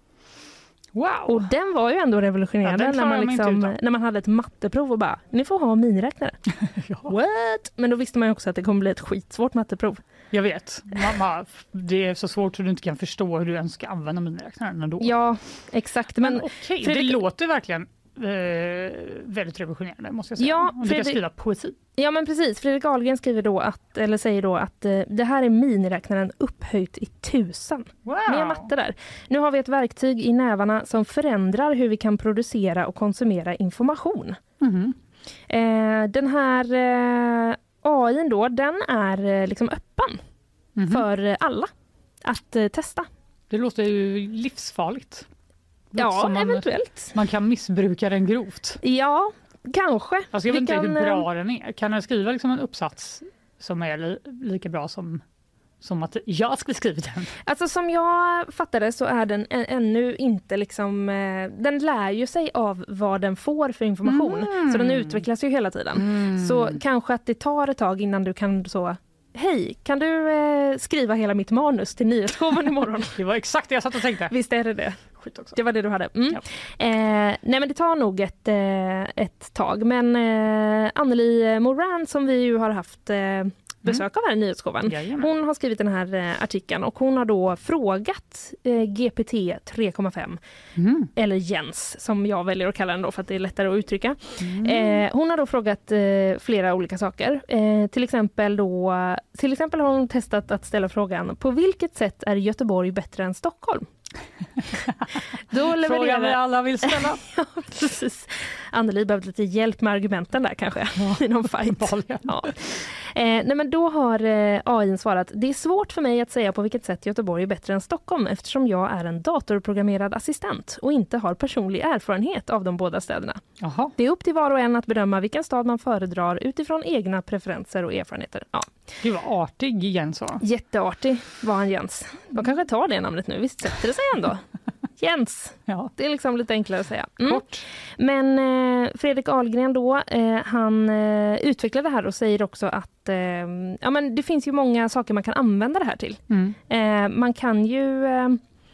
Wow. Och den var ju ändå revolutionerande ja, när, man liksom, när man hade ett matteprov och bara, ni får ha miniräknare. ja. What? Men då visste man ju också att det kommer bli ett skitsvårt matteprov. Jag vet. Mamma, det är så svårt att du inte kan förstå hur du ens ska använda miniräknaren ändå. Ja, exakt. Men, men okej, Fredrik... det låter verkligen eh, väldigt revolutionerande, måste jag säga. Ja, Fredrik... Du kan skriva poesi. Ja, men precis. Fredrik Ahlgren skriver då att, eller säger då att eh, det här är miniräknaren upphöjt i tusen. Wow. Mer matte där. Nu har vi ett verktyg i nävarna som förändrar hur vi kan producera och konsumera information. Mm. Eh, den här eh, A I då, den är eh, liksom öppen mm. för alla att eh, testa. Det låter ju livsfarligt. Ja, man, eventuellt. Man kan missbruka den grovt. Ja, kanske. Alltså jag vet vi inte kan, hur bra den är. Kan jag skriva liksom en uppsats som är li- lika bra som, som att jag skulle skriva den? Alltså som jag fattade så är den ä- ännu inte liksom... Eh, den lär ju sig av vad den får för information. Mm. Så den utvecklas ju hela tiden. Mm. Så kanske att det tar ett tag innan du kan så... Hej, kan du eh, skriva hela mitt manus till nyhetsshowen imorgon? Det var exakt det jag satt och tänkte. Visst är det det? Skit också. Det var det du hade. Mm. Ja. Eh, nej men det tar nog ett, eh, ett tag. Men eh, Anneli Moran som vi ju har haft eh, besök av här i nyhetsshowen. Jajamän. Hon har skrivit den här eh, artikeln och hon har då frågat eh, G P T tre komma fem mm. eller Jens som jag väljer att kalla den då för att det är lättare att uttrycka. Mm. Eh, hon har då frågat eh, flera olika saker. Eh, till exempel då till exempel har hon testat att ställa frågan: på vilket sätt är Göteborg bättre än Stockholm? Då levererar... Frågan vi alla vill ställa. Ja, precis. Anneli behövde lite hjälp med argumenten där kanske. Ja, i någon fight. Ja. Eh, nej men då har eh, A I svarat: det är svårt för mig att säga på vilket sätt Göteborg är bättre än Stockholm eftersom jag är en datorprogrammerad assistent och inte har personlig erfarenhet av de båda städerna. Aha. Det är upp till var och en att bedöma vilken stad man föredrar utifrån egna preferenser och erfarenheter. Ja. Du var artig Jens va? Jätteartig var han Jens. Man kanske tar det namnet nu, visst sätter det sig ändå. Jens, ja. Det är liksom lite enklare att säga. Mm. Kort. Men eh, Fredrik Ahlgren då, eh, han eh, utvecklar det här och säger också att eh, ja, men det finns ju många saker man kan använda det här till. Mm. Eh, man kan ju... Eh,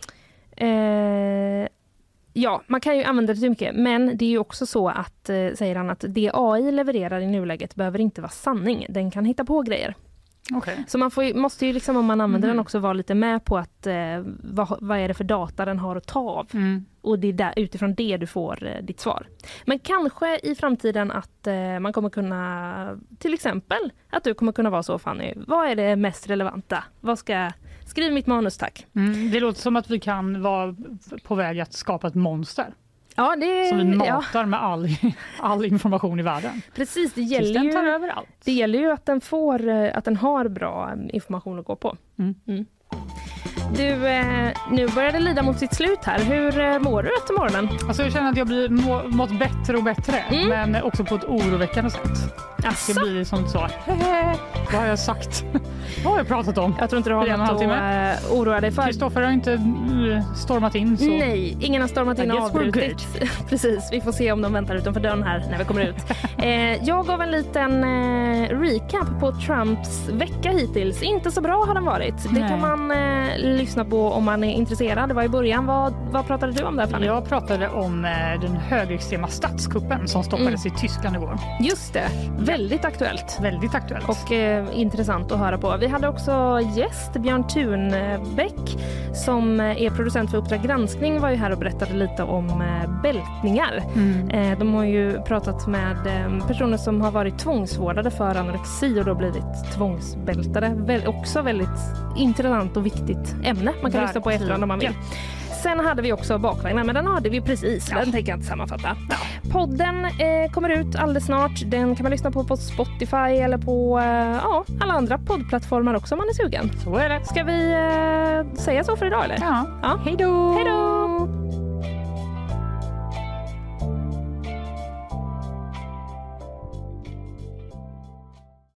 eh, Ja, man kan ju använda det till mycket, men det är ju också så att, eh, säger han, att det A I levererar i nuläget behöver inte vara sanning. Den kan hitta på grejer. Okay. Så man får ju, måste ju liksom, om man använder mm. den också vara lite med på att eh, vad, vad är det för data den har att ta av. Mm. Och det är där, utifrån det du får eh, ditt svar. Men kanske i framtiden att eh, man kommer kunna, till exempel att du kommer kunna vara så, Fanny, vad är det mest relevanta? Vad ska skriv mitt manus, tack. Mm. Det låter som att vi kan vara på väg att skapa ett monster. Ja, det, som vi matar ja. med all, all information i världen. Precis, det gäller ju, över allt. Det gäller ju att den, får, att den har bra information att gå på. Mm. Mm. Du, eh, nu börjar det lida mot sitt slut här. Hur eh, mår du efter morgonen? Alltså jag känner att jag blir må, mått bättre och bättre. Mm. Men också på ett oroväckande sätt. Asså? Det blir som så. Vad har jag sagt? Vad har jag pratat om? Jag tror inte du har något att uh, oroa dig för. Kristoffer har inte uh, stormat in. Så. Nej, ingen har stormat in och avbrutit. Precis, vi får se om de väntar utanför dörren här när vi kommer ut. eh, jag gav en liten eh, recap på Trumps vecka hittills. Inte så bra har den varit. Det kan man, eh, eh, lyssna på om man är intresserad. Det var i början. Vad, vad pratade du om där, Fanny? Jag pratade om eh, den högerextrema statskuppen som stoppades mm. i Tyskland igår. Just det. Väldigt aktuellt. Väldigt aktuellt. Och eh, intressant att höra på. Vi hade också gäst, Björn Thunbäck, som är producent för Uppdrag granskning, var ju här och berättade lite om eh, bältningar. Mm. Eh, de har ju pratat med eh, personer som har varit tvångsvårdade för anorexi och då blivit tvångsbältade. Väl, också väldigt intressant och viktigt ämne. Man kan Verkligen. lyssna på efterhand om man vill. Sen hade vi också bakvagnar, men den hade vi precis. Ja. Den tänker jag inte sammanfatta. Ja. Podden eh, kommer ut alldeles snart. Den kan man lyssna på på Spotify eller på eh, ja, alla andra poddplattformar också om man är sugen. Så är det. Ska vi eh, säga så för idag eller? Ja. ja. Hej då! Hej då!